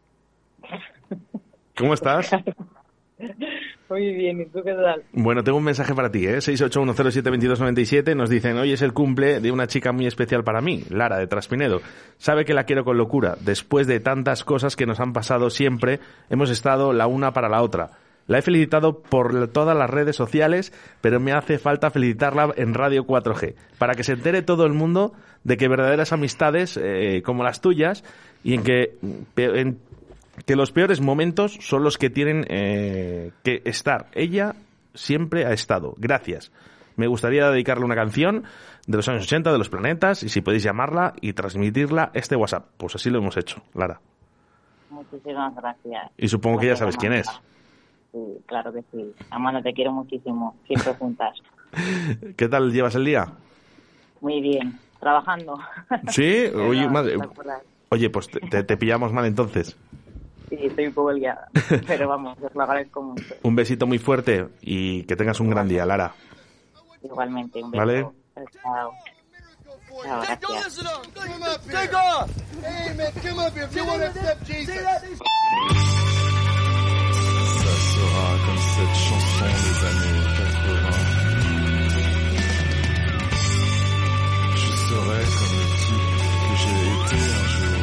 ¿Cómo estás? Muy bien, ¿y tú qué tal? Bueno, tengo un mensaje para ti, 681072297. Nos dicen: hoy es el cumple de una chica muy especial para mí, Lara, de Traspinedo. Sabe que la quiero con locura. Después de tantas cosas que nos han pasado siempre, hemos estado la una para la otra. La he felicitado por todas las redes sociales, pero me hace falta felicitarla en Radio 4G, para que se entere todo el mundo de que verdaderas amistades como las tuyas, y en que los peores momentos son los que tienen que estar. Ella siempre ha estado. Gracias. Me gustaría dedicarle una canción de los años 80, de Los Planetas, y si podéis llamarla y transmitirla este WhatsApp. Pues así lo hemos hecho, Lara. Muchísimas gracias. Y supongo que ya sabes quién es. Sí, claro que sí. Amanda, te quiero muchísimo. Siempre juntas. ¿Qué tal llevas el día? Muy bien. Trabajando. ¿Sí? Oye, madre. Oye, pues te pillamos mal entonces. Sí, estoy un poco liada. Pero vamos, os lo agradezco mucho. Un besito muy fuerte y que tengas un gran día, Lara. Igualmente, un beso. ¿Vale? Chao. Chao, gracias. Take off! Hey, man, come up here if you want to accept Jesus. Ça sera comme cette chanson des années 80. Je serai comme le type que j'ai été un jour.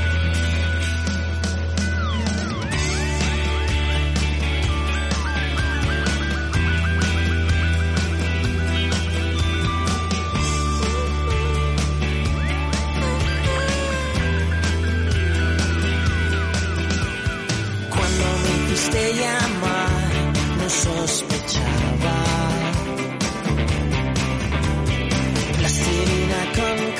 Cuando me hiciste llamar, no sospechaba. Plastilina con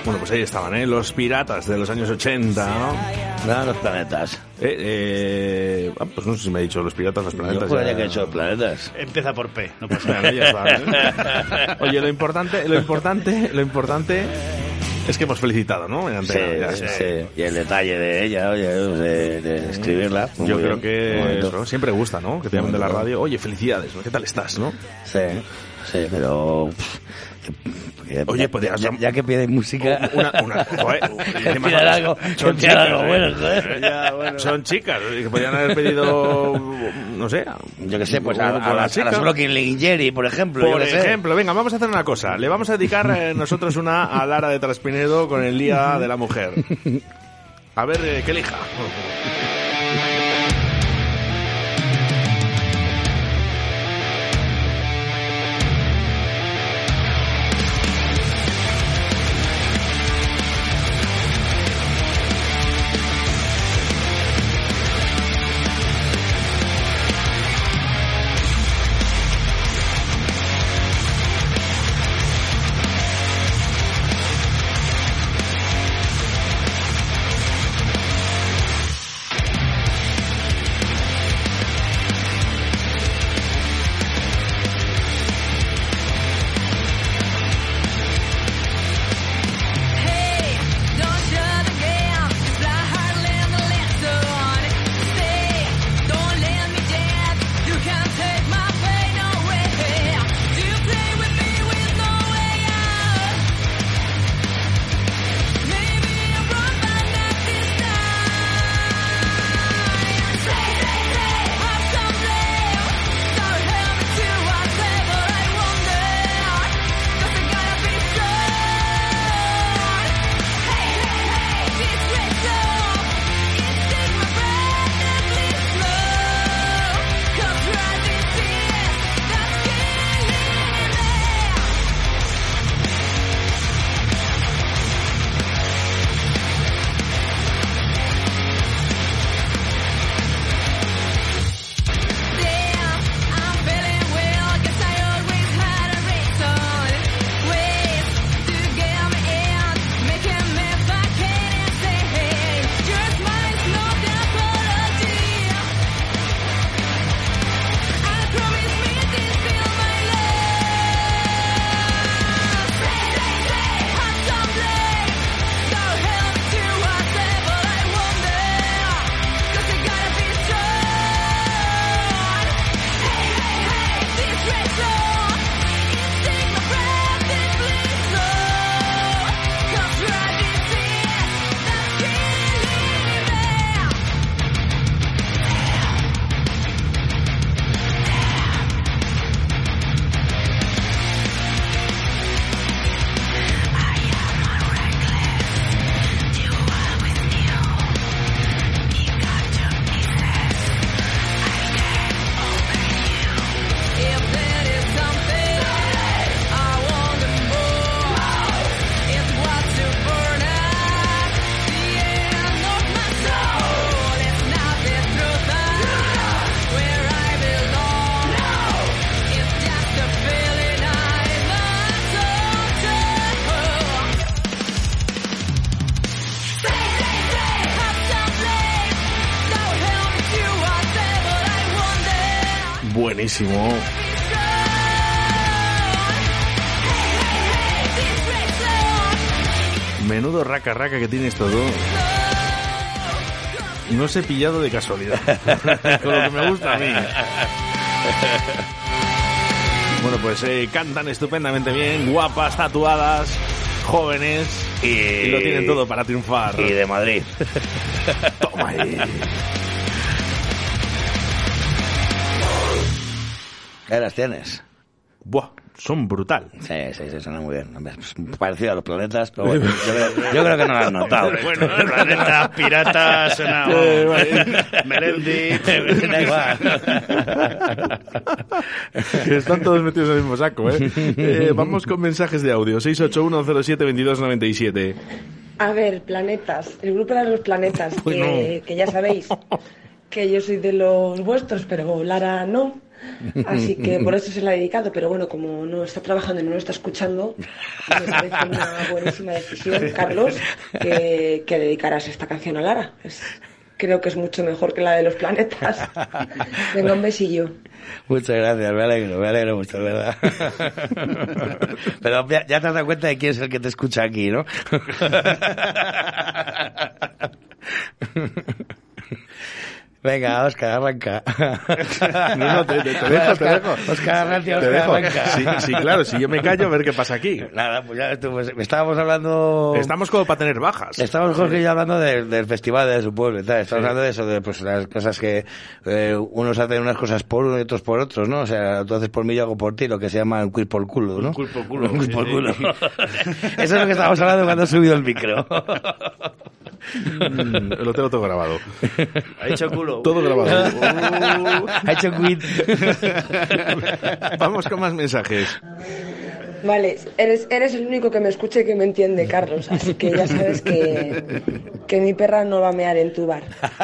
Bueno, pues ahí estaban, los piratas de los años 80, ¿no? No, los planetas. Pues no sé si me ha dicho los piratas, los planetas. Yo juraría que he hecho los planetas. Empieza por P, no pasa nada. Ya está, Oye, lo importante es que hemos felicitado, ¿no? Sí. Y el detalle de ella, oye, de escribirla. Yo creo que eso, siempre gusta, ¿no? Que te llamen de la radio. Oye, felicidades, ¿qué tal estás, no? Sí, pero... Oye, podrías... Ya que pide música... Que pidan algo, bueno, ¿sabes? Son chicas, que podrían haber pedido, no sé... Yo qué sé, pues a las Blocking Lingeri, por ejemplo. Por ejemplo, venga, vamos a hacer una cosa. Le vamos a dedicar nosotros una a Lara de Traspinedo con el Día de la Mujer. A ver, que elija. Buenísimo. Menudo raca que tienes todo. No os he pillado de casualidad. Con lo que me gusta a mí. Bueno, pues cantan estupendamente bien, guapas, tatuadas, jóvenes y lo tienen todo para triunfar. Y de Madrid. Toma ahí. ¿Qué las tienes? Buah, son brutal. Sí, suena muy bien. Parecido a los planetas, pero bueno, yo creo que no lo has notado. Bueno, planetas, piratas, suena... Melendi... Da igual. Están todos metidos en el mismo saco, ¿eh? Vamos con mensajes de audio. 681072297. A ver, planetas. El grupo de los planetas, que ya sabéis. que yo soy de los vuestros, pero Lara no. Así que por eso se la he dedicado, pero bueno, como no está trabajando y no lo está escuchando, me parece una buenísima decisión, Carlos, que dedicaras esta canción a Lara. Creo que es mucho mejor que la de los planetas. Venga, un besillo. Muchas gracias, me alegro mucho, ¿verdad? Pero ya te has dado cuenta de quién es el que te escucha aquí, ¿no? Venga, Óscar, arranca. No, te dejo. Óscar, arranca. Sí, claro, si yo me callo, a ver qué pasa aquí. Nada, pues ya estábamos hablando... Estamos como para tener bajas. Estamos, Jorge y yo, hablando del festival de su pueblo y tal. Estamos hablando de eso, de pues las cosas que unos hacen unas cosas por uno y otros por otros, ¿no? O sea, tú haces por mí, yo hago por ti, lo que se llama un quiz por culo, ¿no? Un quiz por culo. Un quiz por culo. Eso es lo que estábamos hablando cuando he subido el micro. Lo tengo todo grabado. Ha hecho culo. Todo grabado. Ha hecho quit. Vamos con más mensajes. Vale, eres el único que me escucha y que me entiende, Carlos. Así que ya sabes que mi perra no va a mear en tu bar.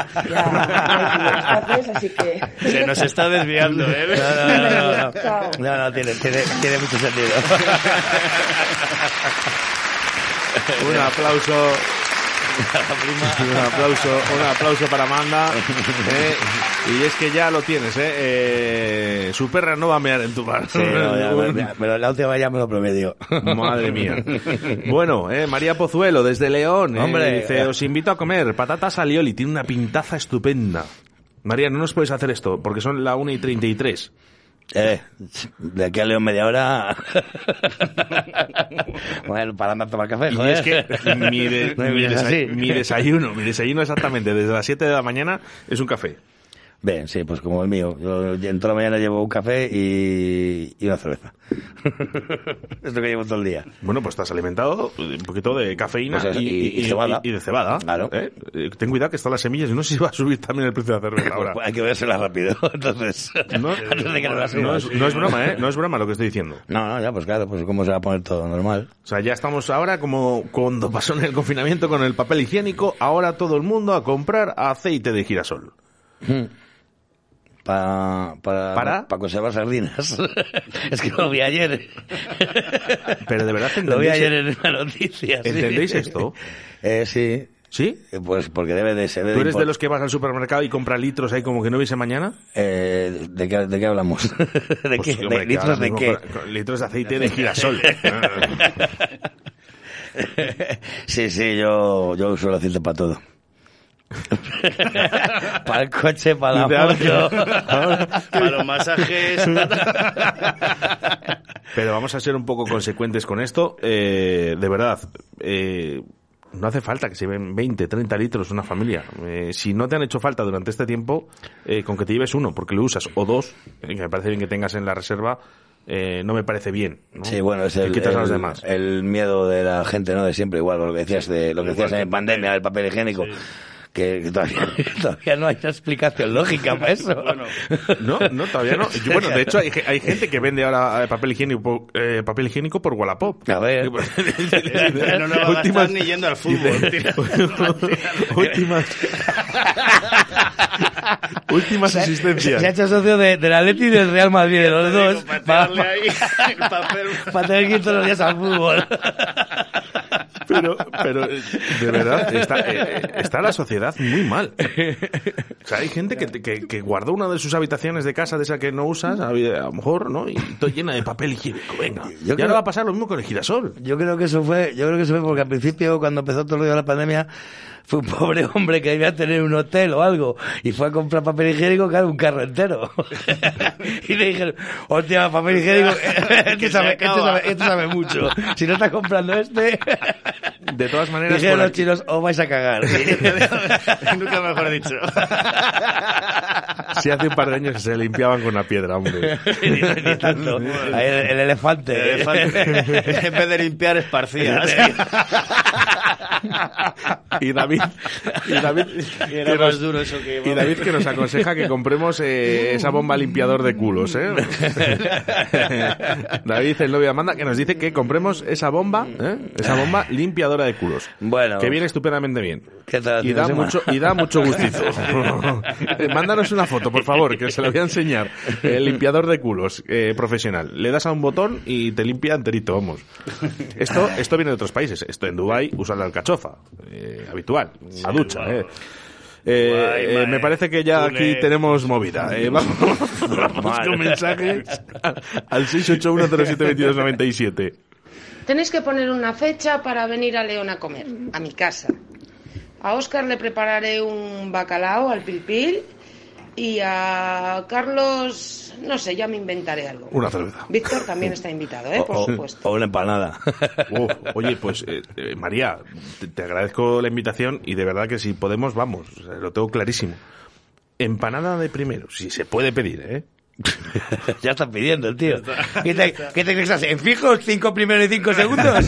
Ya así que... Se nos está desviando, ¿eh? No, tiene mucho sentido. Un aplauso. Un aplauso para Amanda. Y es que ya lo tienes, su perra no va a mear en tu bar. Sí, pero la última ya me lo prometió. Madre mía. Bueno, María Pozuelo desde León, hombre, dice, os invito a comer patatas alioli, tiene una pintaza estupenda. María, no nos puedes hacer esto porque son la 1:33. De aquí a León media hora. Bueno, para andar a tomar café, joder. Y es que mi desayuno exactamente desde las 7 de la mañana es un café. Bien, sí, pues como el mío. Yo en toda la mañana llevo un café y una cerveza. Es lo que llevo todo el día. Bueno, pues estás alimentado un poquito de cafeína pues y cebada. Y de cebada. Claro. Ten cuidado que están las semillas y no sé si va a subir también el precio de la cerveza ahora. Pues hay que vérsela rápido, entonces. Antes de que no la subas. No es broma, no es broma lo que estoy diciendo. No, ya, pues claro, pues cómo se va a poner todo normal. O sea, ya estamos ahora como cuando pasó en el confinamiento con el papel higiénico, ahora todo el mundo a comprar aceite de girasol. Para conservar sardinas. Es que lo vi ayer. Pero de verdad lo vi ayer en una noticia. ¿Entendéis esto? Sí. ¿Sí? Pues porque debe de ser. ¿Tú eres de los que vas al supermercado y compras litros ahí como que no hubiese mañana? ¿De qué hablamos? ¿De pues, qué? Hombre, ¿Litros de qué? Litros de aceite de girasol. Sí, yo uso el aceite para todo. Para el coche, para la moto, para los masajes. Pero vamos a ser un poco consecuentes con esto. De verdad, no hace falta que se lleven 20, 30 litros una familia. Si no te han hecho falta durante este tiempo, con que te lleves uno, porque lo usas, o dos, que me parece bien que tengas en la reserva, no me parece bien, ¿no? Sí, bueno, es el miedo de la gente, ¿no? De siempre, igual, lo que decías en pandemia, del papel higiénico. Sí. Que todavía no hay una explicación lógica para eso. Bueno. No, todavía no. Bueno, de hecho, hay gente que vende ahora papel higiénico por Wallapop. A ver. No le va a gastar ni yendo al fútbol. Últimas asistencias. Se ha hecho socio del Atleti y del Real Madrid, de los dos. Para tener que ir todos los días al fútbol. Pero de verdad, está la sociedad muy mal. O sea, hay gente que guardó una de sus habitaciones de casa, de esa que no usas, a lo mejor, ¿no? Y todo llena de papel higiénico, venga. Ahora va a pasar lo mismo con el girasol. Yo creo que eso fue porque al principio, cuando empezó todo el rollo de la pandemia, fue un pobre hombre que debía tener un hotel o algo y fue a comprar papel higiénico, claro, un carro entero. Y le dijeron, hostia, papel higiénico, este sabe mucho. Si no está comprando este... De todas maneras... Dijeron los chinos, os vais a cagar. Nunca mejor dicho. Si hace un par de años se limpiaban con una piedra, hombre. Ni tanto. Ahí el elefante. En vez de limpiar, esparcía. Y David Era más duro eso que... Y David que nos aconseja que compremos esa bomba limpiador de culos, ¿eh? David, el novio de Amanda, que nos dice que compremos esa bomba limpiadora de culos. Bueno. Que viene estupendamente bien. ¿Qué tal? Y da mucho gustito. Mándanos una foto, por favor, que se la voy a enseñar. El limpiador de culos profesional. Le das a un botón y te limpia enterito, vamos. Esto viene de otros países. Esto en Dubái usan la alcachofa. Habitual. Una ducha, me parece que ya aquí tenemos movida. Vamos con mensajes al 681072297. Tenéis que poner una fecha para venir a León a comer, a mi casa. A Óscar le prepararé un bacalao al pil-pil y a Carlos, no sé, ya me inventaré algo. Una cerveza. Víctor también está invitado, por supuesto. O una empanada. Oye, pues María, te agradezco la invitación y de verdad que si podemos, vamos, lo tengo clarísimo. Empanada de primero, si se puede pedir, ¿eh? Ya estás pidiendo el tío. ¿Qué te crees? ¿En fijos 5 primeros y 5 segundos?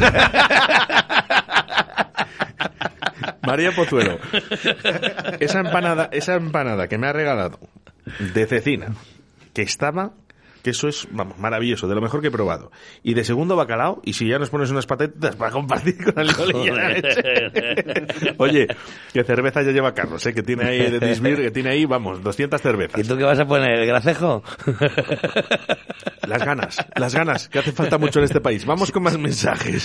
María Pozuelo, esa empanada que me ha regalado de cecina, que eso es, vamos, maravilloso, de lo mejor que he probado. Y de segundo, bacalao, y si ya nos pones unas patatas para compartir con el bolillo. Oye, que cerveza ya lleva Carlos, que tiene ahí de Disbir, que tiene ahí, vamos, 200 cervezas. ¿Y tú qué vas a poner, el gracejo? Las ganas, que hace falta mucho en este país. Vamos con más mensajes.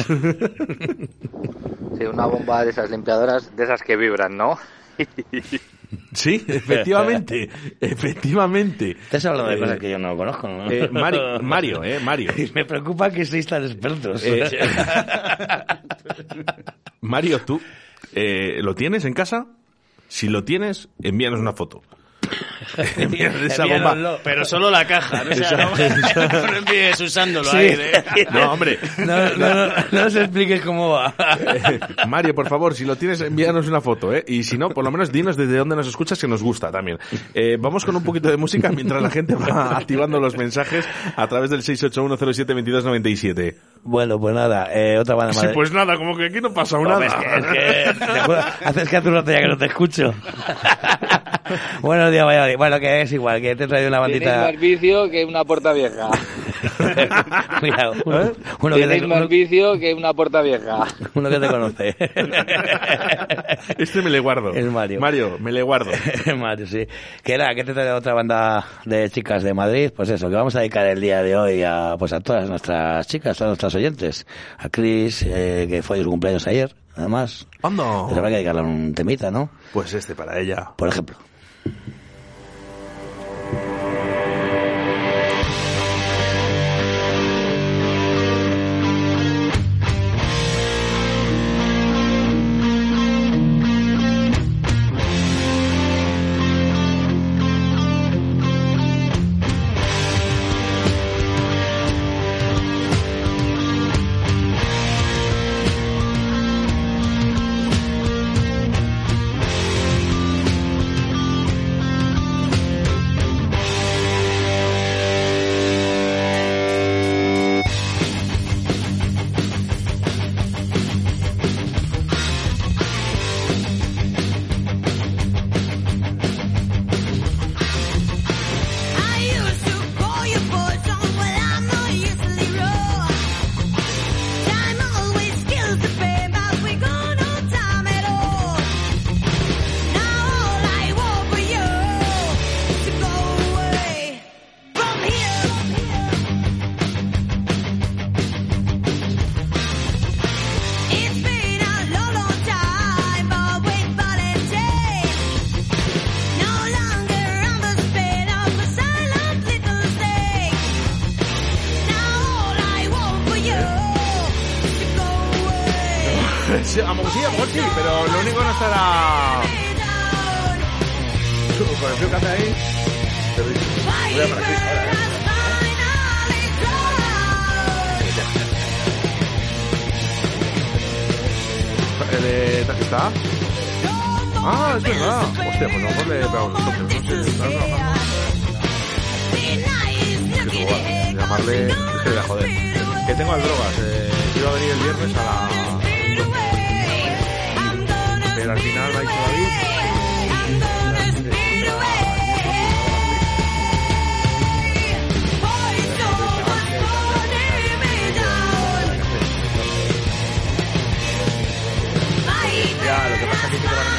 Sí, una bomba de esas limpiadoras, de esas que vibran, ¿no? Sí, efectivamente. Estás hablando de cosas que yo no conozco, ¿no? Mario. Me preocupa que seáis tan expertos. Mario, ¿tú lo tienes en casa? Si lo tienes, envíanos una foto. Esa bomba. Pero solo la caja, ¿no? O sea, no empieces usándolo ahí. No, hombre. No os expliques cómo va. Mario, por favor, si lo tienes, envíanos una foto, ¿eh? Y si no, por lo menos dinos desde dónde nos escuchas, que nos gusta también. Vamos con un poquito de música mientras la gente va activando los mensajes a través del 681072297. Bueno, pues nada, otra banda más. Sí, pues nada, como que aquí no pasa nada. Es que haces que hace un rato ya que no te escucho. Buenos días, Valladolid. Bueno, que es igual, que te he traído una bandita. Tenéis más vicio que una puerta vieja. Mira, tenéis más vicio que una puerta vieja. Uno que te conoce. Este me le guardo. Es Mario. Mario, me le guardo. Mario, sí. Que te he traído otra banda de chicas de Madrid. Pues eso, que vamos a dedicar el día de hoy a todas nuestras chicas, todas nuestras oyentes. A Chris, que fue su cumpleaños ayer, además. ¡Anda! Pues habrá que dedicarle un temita, ¿no? Pues para ella. Por ejemplo. Sí, pero lo único no estará... Con el frío que hace ahí... Voy a para aquí ahora, ¿Está? Ah, es verdad. Hostia, pues a lo mejor le pegamos un toque. No sé, está trabajando. Llamarle, es que le da joder. Que tengo al drogas, iba a venir el viernes a la... Pero al final me ha dicho David... Ya, lo que pasa es que te van a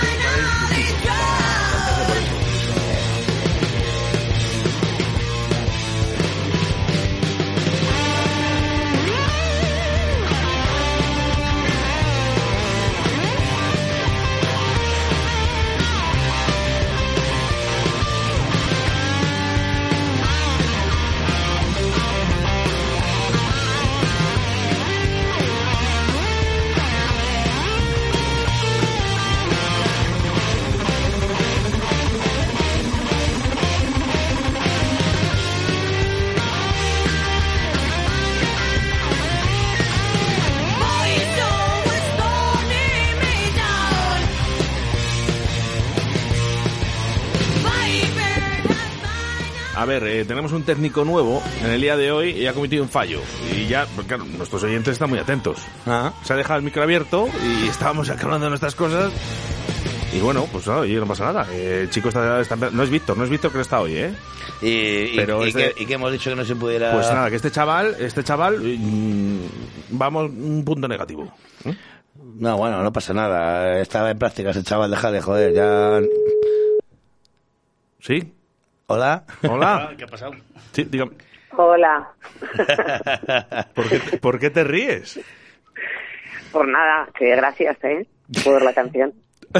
A ver, tenemos un técnico nuevo en el día de hoy y ha cometido un fallo. Y ya, porque claro, nuestros oyentes están muy atentos. Se ha dejado el micro abierto y estábamos acá hablando de nuestras cosas. Y bueno, pues no pasa nada. El chico está no es Víctor que no está hoy, ¿eh? ¿Y qué hemos dicho que no se pudiera...? Pues nada, que este chaval, vamos un punto negativo. No, bueno, no pasa nada. Estaba en prácticas el chaval, déjale, joder, ya... ¿Sí? ¿Hola? ¿Hola? ¿Qué ha pasado? Sí, dígame. Hola. ¿Por qué te ríes? Por nada, que gracias, por la canción.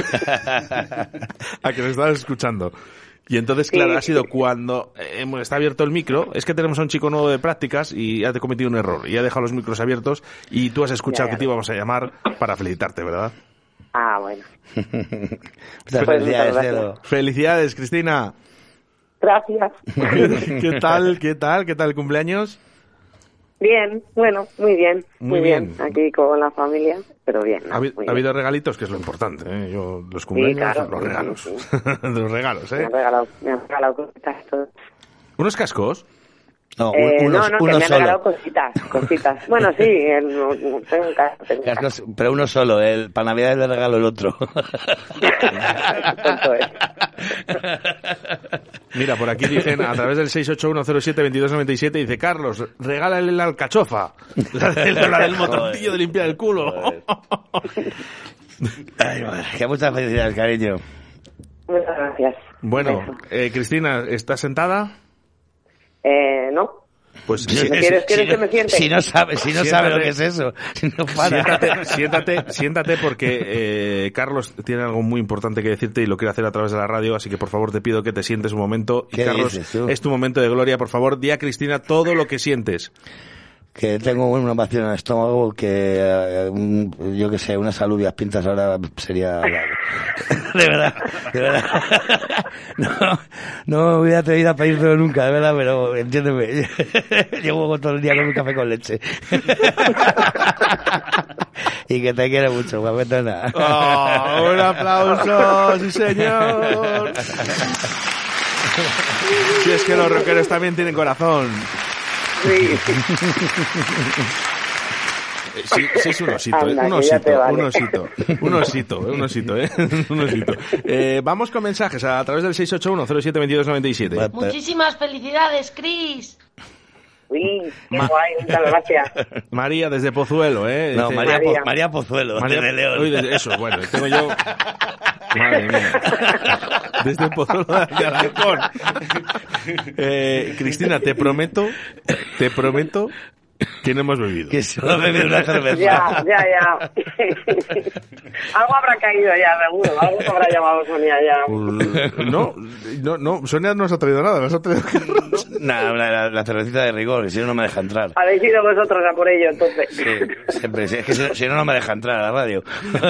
A que nos estabas escuchando. Y entonces, claro, ha sido cuando está abierto el micro, es que tenemos a un chico nuevo de prácticas y ha cometido un error y ha dejado los micros abiertos y tú has escuchado que te íbamos a llamar para felicitarte, ¿verdad? Ah, bueno. Felicidades, Felicidades, Cristina. Gracias. ¿Qué tal el cumpleaños? Bien, bueno, muy bien. Muy bien. Aquí con la familia, pero bien. ¿Ha habido regalitos? Que es lo importante, ¿eh? Los cumpleaños, claro, los regalos. Sí. Los regalos, ¿eh? Me han regalado cositas. ¿Unos cascos? No, que uno me han regalado solo. cositas. Bueno, sí, tengo un casco. Cascos, pero uno solo, para Navidad le regalo el otro. Mira, por aquí dicen, a través del 681072297, dice Carlos, regálale la alcachofa, la del motorcillo de limpiar el culo. Ay, madre, que muchas felicidades, cariño. Muchas gracias. Bueno, Cristina, ¿estás sentada? No. Pues ¿Quieres que me siente? Si no sabe lo que es eso, si no para. Siéntate porque Carlos tiene algo muy importante que decirte y lo quiere hacer a través de la radio, así que por favor te pido que te sientes un momento. Y Carlos, es tu momento de gloria, por favor, di a Cristina todo lo que sientes. Que tengo una vacío en el estómago, que yo que sé, unas alubias pintas ahora sería... De verdad. No me voy a atrever a pedírtelo nunca, de verdad, pero entiéndeme. Llevo todo el día con un café con leche. Y que te quiero mucho, guapetona. ¡Oh, un aplauso! ¡Sí, señor! Si es que los rockeros también tienen corazón. Sí. Sí, es un osito, Anda, un osito. Vamos con mensajes a través del 681072297. Muchísimas felicidades, Chris. Uy, qué guay, muchas gracias. María desde Pozuelo, No, María Pozuelo, desde León. Uy, eso, bueno, tengo yo... Madre mía. Desde Pozuelo de Alarcón. Cristina, te prometo que no hemos bebido. Que solo bebido una cerveza. Ya. Algo habrá caído ya, seguro. Algo se habrá llamado Sonia ya. No, Sonia no nos ha traído nada. Nos ha traído la cervecita de rigor, que si no me deja entrar. Habéis ido vosotros a por ello, entonces. Sí, siempre. Es que si no me deja entrar a la radio.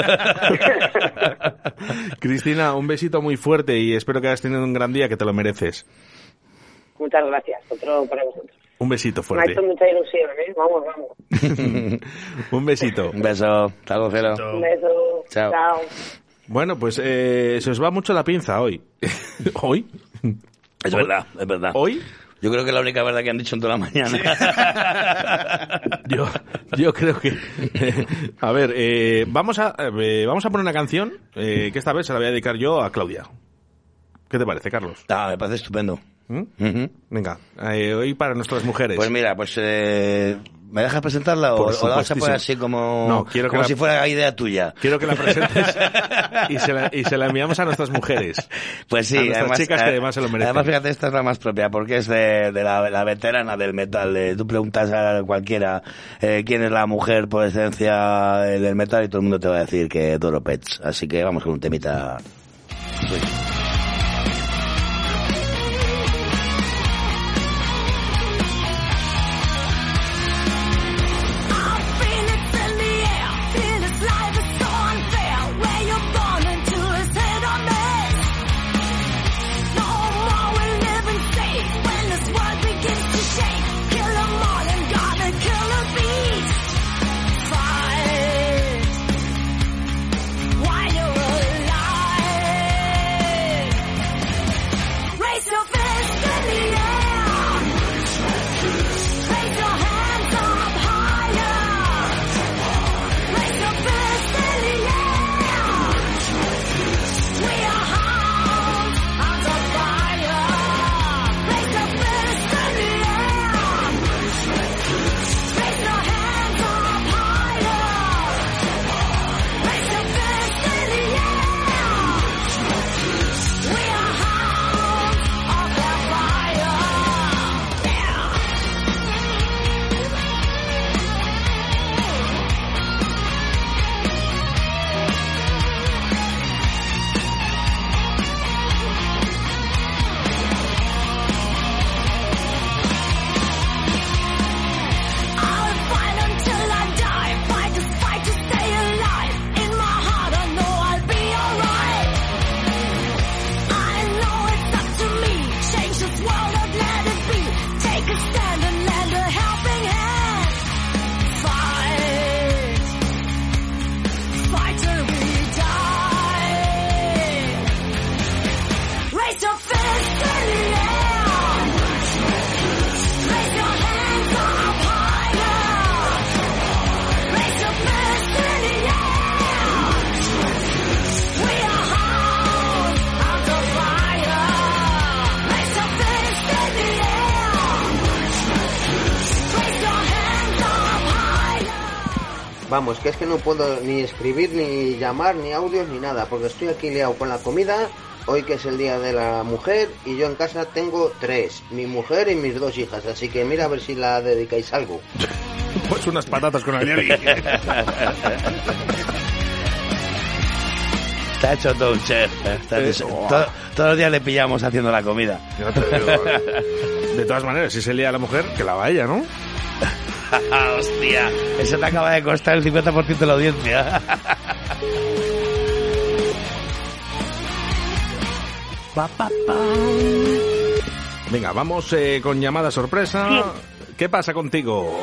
Cristina, un besito muy fuerte y espero que hayas tenido un gran día, que te lo mereces. Muchas gracias. Otro para vosotros. Un besito Me ha fuerte. hecho mucha ilusión, ¿eh? Vamos. Un besito. Un beso. Hasta luego, Celo. Un beso. Chao. Bueno, pues se os va mucho la pinza hoy. ¿Hoy? Es verdad. ¿Hoy? Yo creo que es la única verdad que han dicho en toda la mañana. Yo creo que... A ver, vamos a poner una canción que esta vez se la voy a dedicar yo a Claudia. ¿Qué te parece, Carlos? Me parece estupendo. Venga, hoy para nuestras mujeres. Pues mira, ¿me dejas presentarla o la vas a poner así como, no, quiero como que si fuera idea tuya? Quiero que la presentes y se la enviamos a nuestras mujeres. Pues sí, a nuestras además, chicas que además se lo merecen. Además, fíjate, esta es la más propia porque es de la veterana del metal. Tú preguntas a cualquiera quién es la mujer por esencia del metal y todo el mundo te va a decir que Doro Pets. Así que vamos con un temita. Vamos, que es que no puedo ni escribir, ni llamar, ni audios, ni nada, porque estoy aquí liado con la comida, hoy que es el Día de la Mujer, y yo en casa tengo 3, mi mujer y mis 2 hijas, así que mira a ver si la dedicáis algo. Pues unas patatas con alioli. Está hecho todo un chef. Todos los días le pillamos haciendo la comida. De todas maneras, si es el Día de la Mujer, que la va ella, ¿no? Hostia, eso te acaba de costar el 50% de la audiencia. Venga, vamos con llamada sorpresa. Sí. ¿Qué pasa contigo?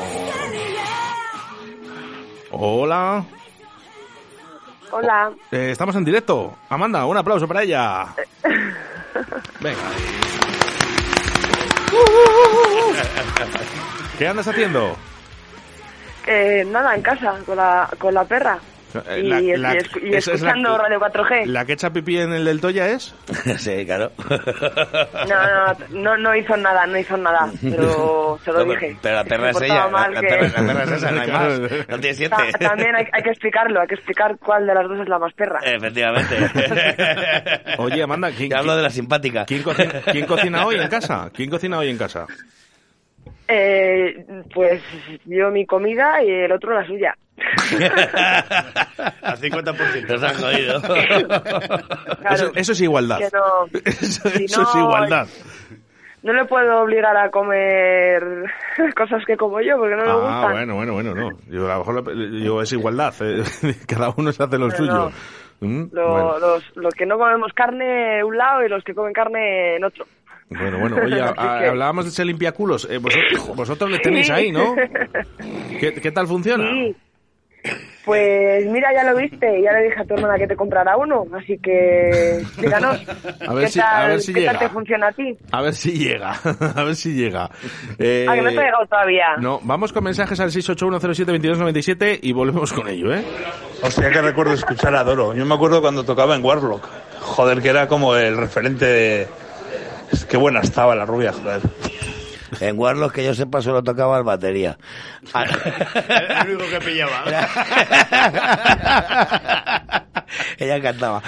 Hola. Hola. Estamos en directo. Amanda, un aplauso para ella. Venga. ¿Qué andas haciendo? Nada, en casa, con la perra. Y escuchando Radio 4G. ¿La que echa pipí en el del Toya es? Sí, claro. No hizo nada, pero se lo dije. Pero la perra es ella, la perra es esa, no hay más. No tiene 7. También hay que explicarlo, hay que explicar cuál de las dos es la más perra. Efectivamente. Oye, Amanda, hablo de la simpática. ¿Quién cocina hoy en casa? Pues yo mi comida y el otro la suya. Al 50%. Nos han jodido. Claro, eso es igualdad. Eso es igualdad. No le puedo obligar a comer cosas que como yo, porque no le gustan. Bueno, no. Yo, a lo mejor es igualdad. Cada uno se hace lo suyo. Los que no comemos carne en un lado y los que comen carne en otro. Bueno, oye, hablábamos de ese limpiaculos. Vosotros le tenéis ahí, ¿no? ¿Qué tal funciona? Pues mira, ya lo viste, ya le dije a tu hermana que te comprara uno, así que díganos, ¿qué tal te funciona a ti? A ver si llega, a ver si llega. Que no te ha llegado todavía. No, vamos con mensajes al 681072297 y volvemos con ello, ¿eh? Hostia, que recuerdo escuchar a Doro. Yo me acuerdo cuando tocaba en Warlock. Joder, que era como el referente de... Qué buena estaba la rubia, joder. En Warlock, que yo sepa, solo tocaba el batería. El único que pillaba. Ella cantaba.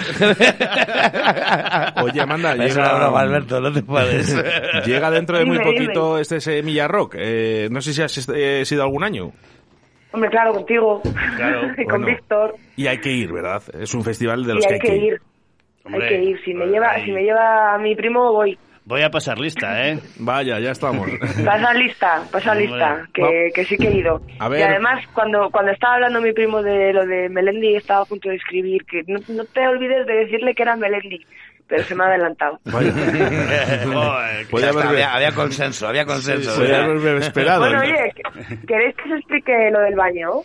Oye, Amanda, es una broma, Alberto, no te pares. Llega dentro de muy poquito este Semilla Rock. No sé si has sido algún año. Hombre, claro, contigo. Claro, y con Víctor. Y hay que ir, ¿verdad? Es un festival de los que hay que ir. Hombre, hay que ir. Si me lleva a mi primo, voy. Voy a pasar lista, ¿eh? Vaya, ya estamos. Pasa lista, que sí que he ido. A ver. Y además, cuando estaba hablando mi primo de lo de Melendi, estaba a punto de escribir que no te olvides de decirle que era Melendi, pero se me ha adelantado. Había consenso, Sí, podía haberme esperado. Bueno, oye, ¿queréis que os explique lo del baño?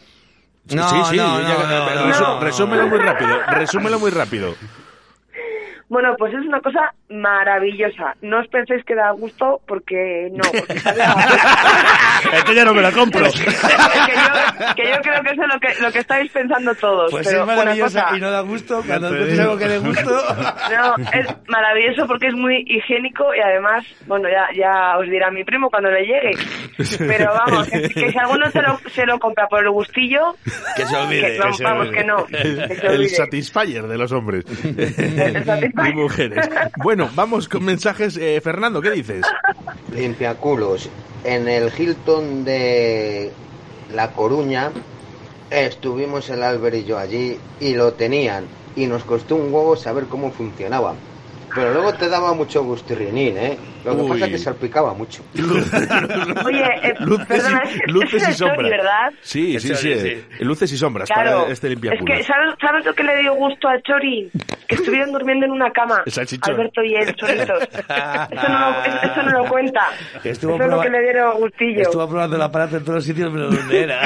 No. Resúmelo muy rápido. Bueno, pues es una cosa maravillosa. No os penséis que da gusto porque no. Porque esto ya no me la compro. que yo creo que eso es lo que estáis pensando todos. Pues pero es maravillosa y no da gusto cuando tú tienes algo que dé gusto. No, es maravilloso porque es muy higiénico y además, bueno, ya os dirá mi primo cuando le llegue. Pero vamos, que si alguno se lo compra por el gustillo, que se olvide. Que no. El Satisfyer de los hombres. Y mujeres. Bueno, vamos con mensajes. Fernando, ¿qué dices? Limpiaculos. En el Hilton de La Coruña estuvimos el Albert y yo allí y lo tenían. Y nos costó un huevo saber cómo funcionaba. Pero luego te daba mucho gustirrinín, ¿eh? Lo que pasa es que salpicaba mucho. Oye, luces y sombras. ¿Verdad? Sí. Luces y sombras, claro, para este limpiaculos. Es que, ¿sabes lo que le dio gusto a Chori? Que estuvieron durmiendo en una cama. Alberto y él, solitos. Eso no lo cuenta. Eso es lo que le dieron gustillo. Estuvo probando el aparato en todos los sitios, pero ¿dónde era?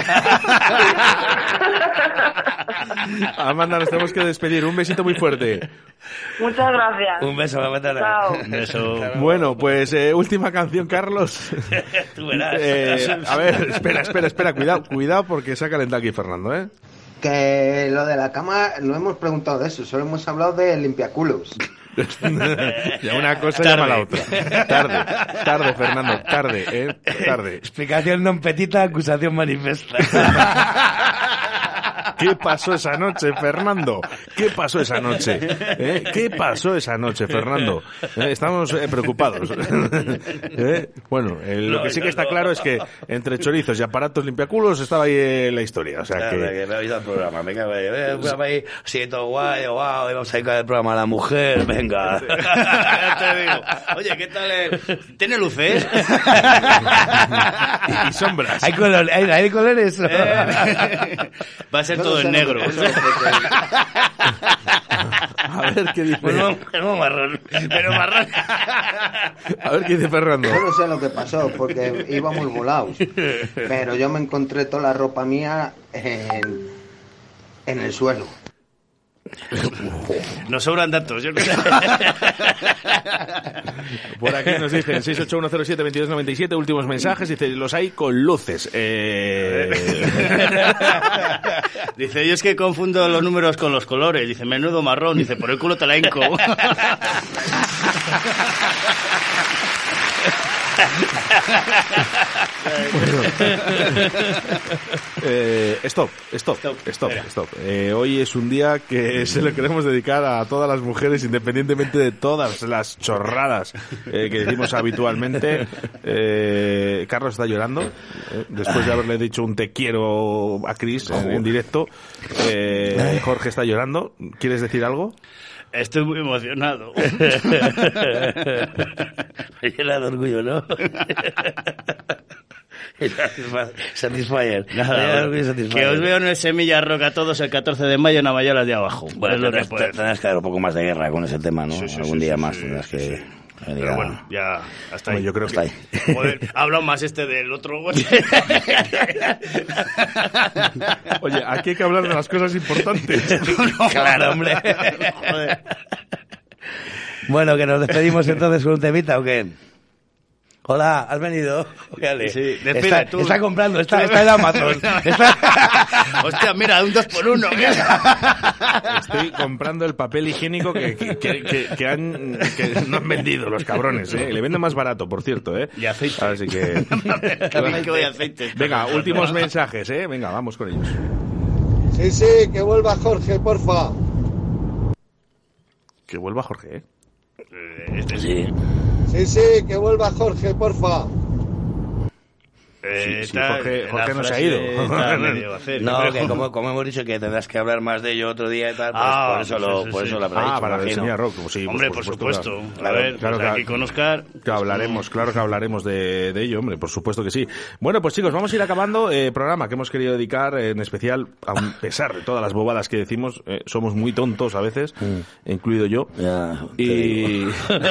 Amanda, nos tenemos que despedir. Un besito muy fuerte. Muchas gracias. Un beso, mamá. Chao. Un beso. Bueno, pues última canción, Carlos. Tú verás. A ver, espera, cuidado porque se ha calentado aquí Fernando, ¿eh? Que lo de la cama no hemos preguntado de eso, solo hemos hablado de limpiaculos. Ya una cosa llama a la otra. Tarde, Fernando, tarde. Explicación non petita, acusación manifesta. ¿Qué pasó esa noche, Fernando? ¿Qué pasó esa noche? ¿Qué pasó esa noche, Fernando? Estamos preocupados. Bueno, lo que sí que está claro es que entre chorizos y aparatos limpiaculos estaba ahí la historia. O sea que me ha oído el programa. Venga, ahí, sí, todo guay, wow, vamos a ir con el programa a la mujer, venga. Te digo, oye, ¿qué tal? ¿Tiene luces? y sombras. ¿Hay colores? Va a ser todo en negro. A ver qué dice. Pero marrón. A ver qué dice Fernando. Yo no sé lo que pasó porque íbamos volados. Pero yo me encontré toda la ropa mía en el suelo. Nos sobran datos, yo no sé. Por aquí nos dicen 681072297, últimos mensajes, dice, los hay con luces. Dice, yo es que confundo los números con los colores. Dice, menudo marrón. Dice, por el culo te la hinco. Stop. Hoy es un día que se lo queremos dedicar a todas las mujeres, independientemente de todas las chorradas que decimos habitualmente. Carlos está llorando después de haberle dicho un te quiero a Chris en directo. Jorge está llorando. ¿Quieres decir algo? Estoy muy emocionado. Me llena de orgullo, ¿no? Satisfyer. Que os veo en el Semilla Rock a todos el 14 de mayo en Navayolas de abajo. Bueno, tendrás que dar un poco más de guerra con ese tema, ¿no? Algún día más tendrás que... Pero bueno, ya hasta ahí. Yo creo que ahí. Joder, ha hablado más del otro. Oye, aquí hay que hablar de las cosas importantes. Claro, hombre. Joder. Bueno, que nos despedimos entonces con un temita, ¿o qué? Hola, ¿has venido? Fíjale. Sí, despide tú. Está comprando, está en Amazon. Hostia, mira, un 2x1. Estoy comprando el papel higiénico que no han vendido los cabrones, ¿eh? Le venden más barato, por cierto, ¿eh? Y aceite. Así que... que voy a aceite. Venga, últimos mensajes, ¿eh? Venga, vamos con ellos. Sí, que vuelva Jorge, porfa. Que vuelva Jorge, ¿eh? Sí. Sí, que vuelva Jorge, porfa. Sí, Jorge no se ha ido. No, que como hemos dicho que tendrás que hablar más de ello otro día y tal, pues por eso la habrá dicho. Para el Semilla Rock, pues sí. Hombre, por supuesto. A ver, claro, pues aquí con Óscar... Claro que hablaremos de ello, hombre, por supuesto que sí. Bueno, pues chicos, vamos a ir acabando. Programa que hemos querido dedicar, en especial, a pesar de todas las bobadas que decimos, somos muy tontos a veces, incluido yo. Y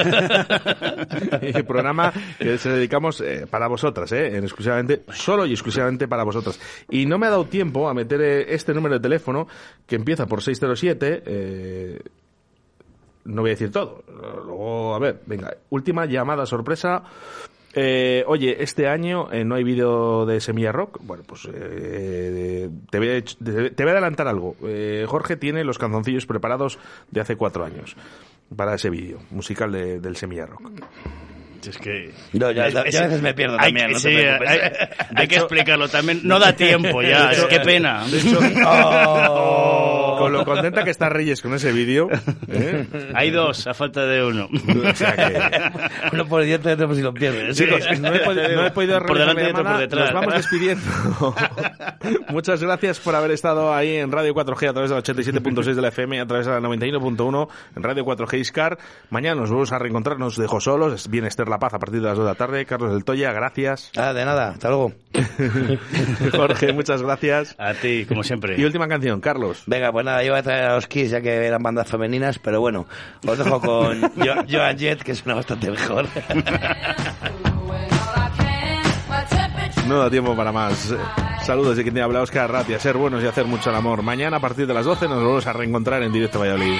programa que se dedicamos para vosotras, solo y exclusivamente para vosotras. Y no me ha dado tiempo a meter este número de teléfono que empieza por 607. No voy a decir todo. Luego, a ver, venga, última llamada sorpresa. Oye, este año no hay vídeo de Semilla Rock. Bueno, pues te voy a adelantar algo. Jorge tiene los canzoncillos preparados de hace 4 años para ese vídeo musical del Semilla Rock. Es que... No, ya a veces me pierdo también, no te preocupes. Hay que explicarlo también. No da tiempo ya, qué pena. De hecho, con lo contenta que está Reyes con ese vídeo. Hay 2, a falta de 1. O sea que... Uno por diente y otro por si lo pierdes. Chicos, no he podido por delante y otro por detrás. Nos vamos despidiendo. Muchas gracias por haber estado ahí en Radio 4G a través de la 87.6 de la FM, a través de la 91.1 en Radio 4G Iscar. Mañana nos vamos a reencontrar, nos dejo solos. Viene Esther La Paz a partir de las 2 de la tarde. Carlos del Toya, gracias. De nada, hasta luego. Jorge, muchas gracias. A ti, como siempre. Y última canción, Carlos. Venga, pues nada, yo voy a traer a los Kiss, ya que eran bandas femeninas, pero bueno, os dejo con Joan Jett, que suena bastante mejor. No da tiempo para más. Saludos de quien te habla, Óscar Arratia. Ser buenos y hacer mucho el amor. Mañana a partir de las 12 nos volvemos a reencontrar en Directo Valladolid.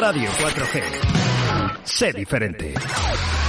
Radio 4G. Sé diferente.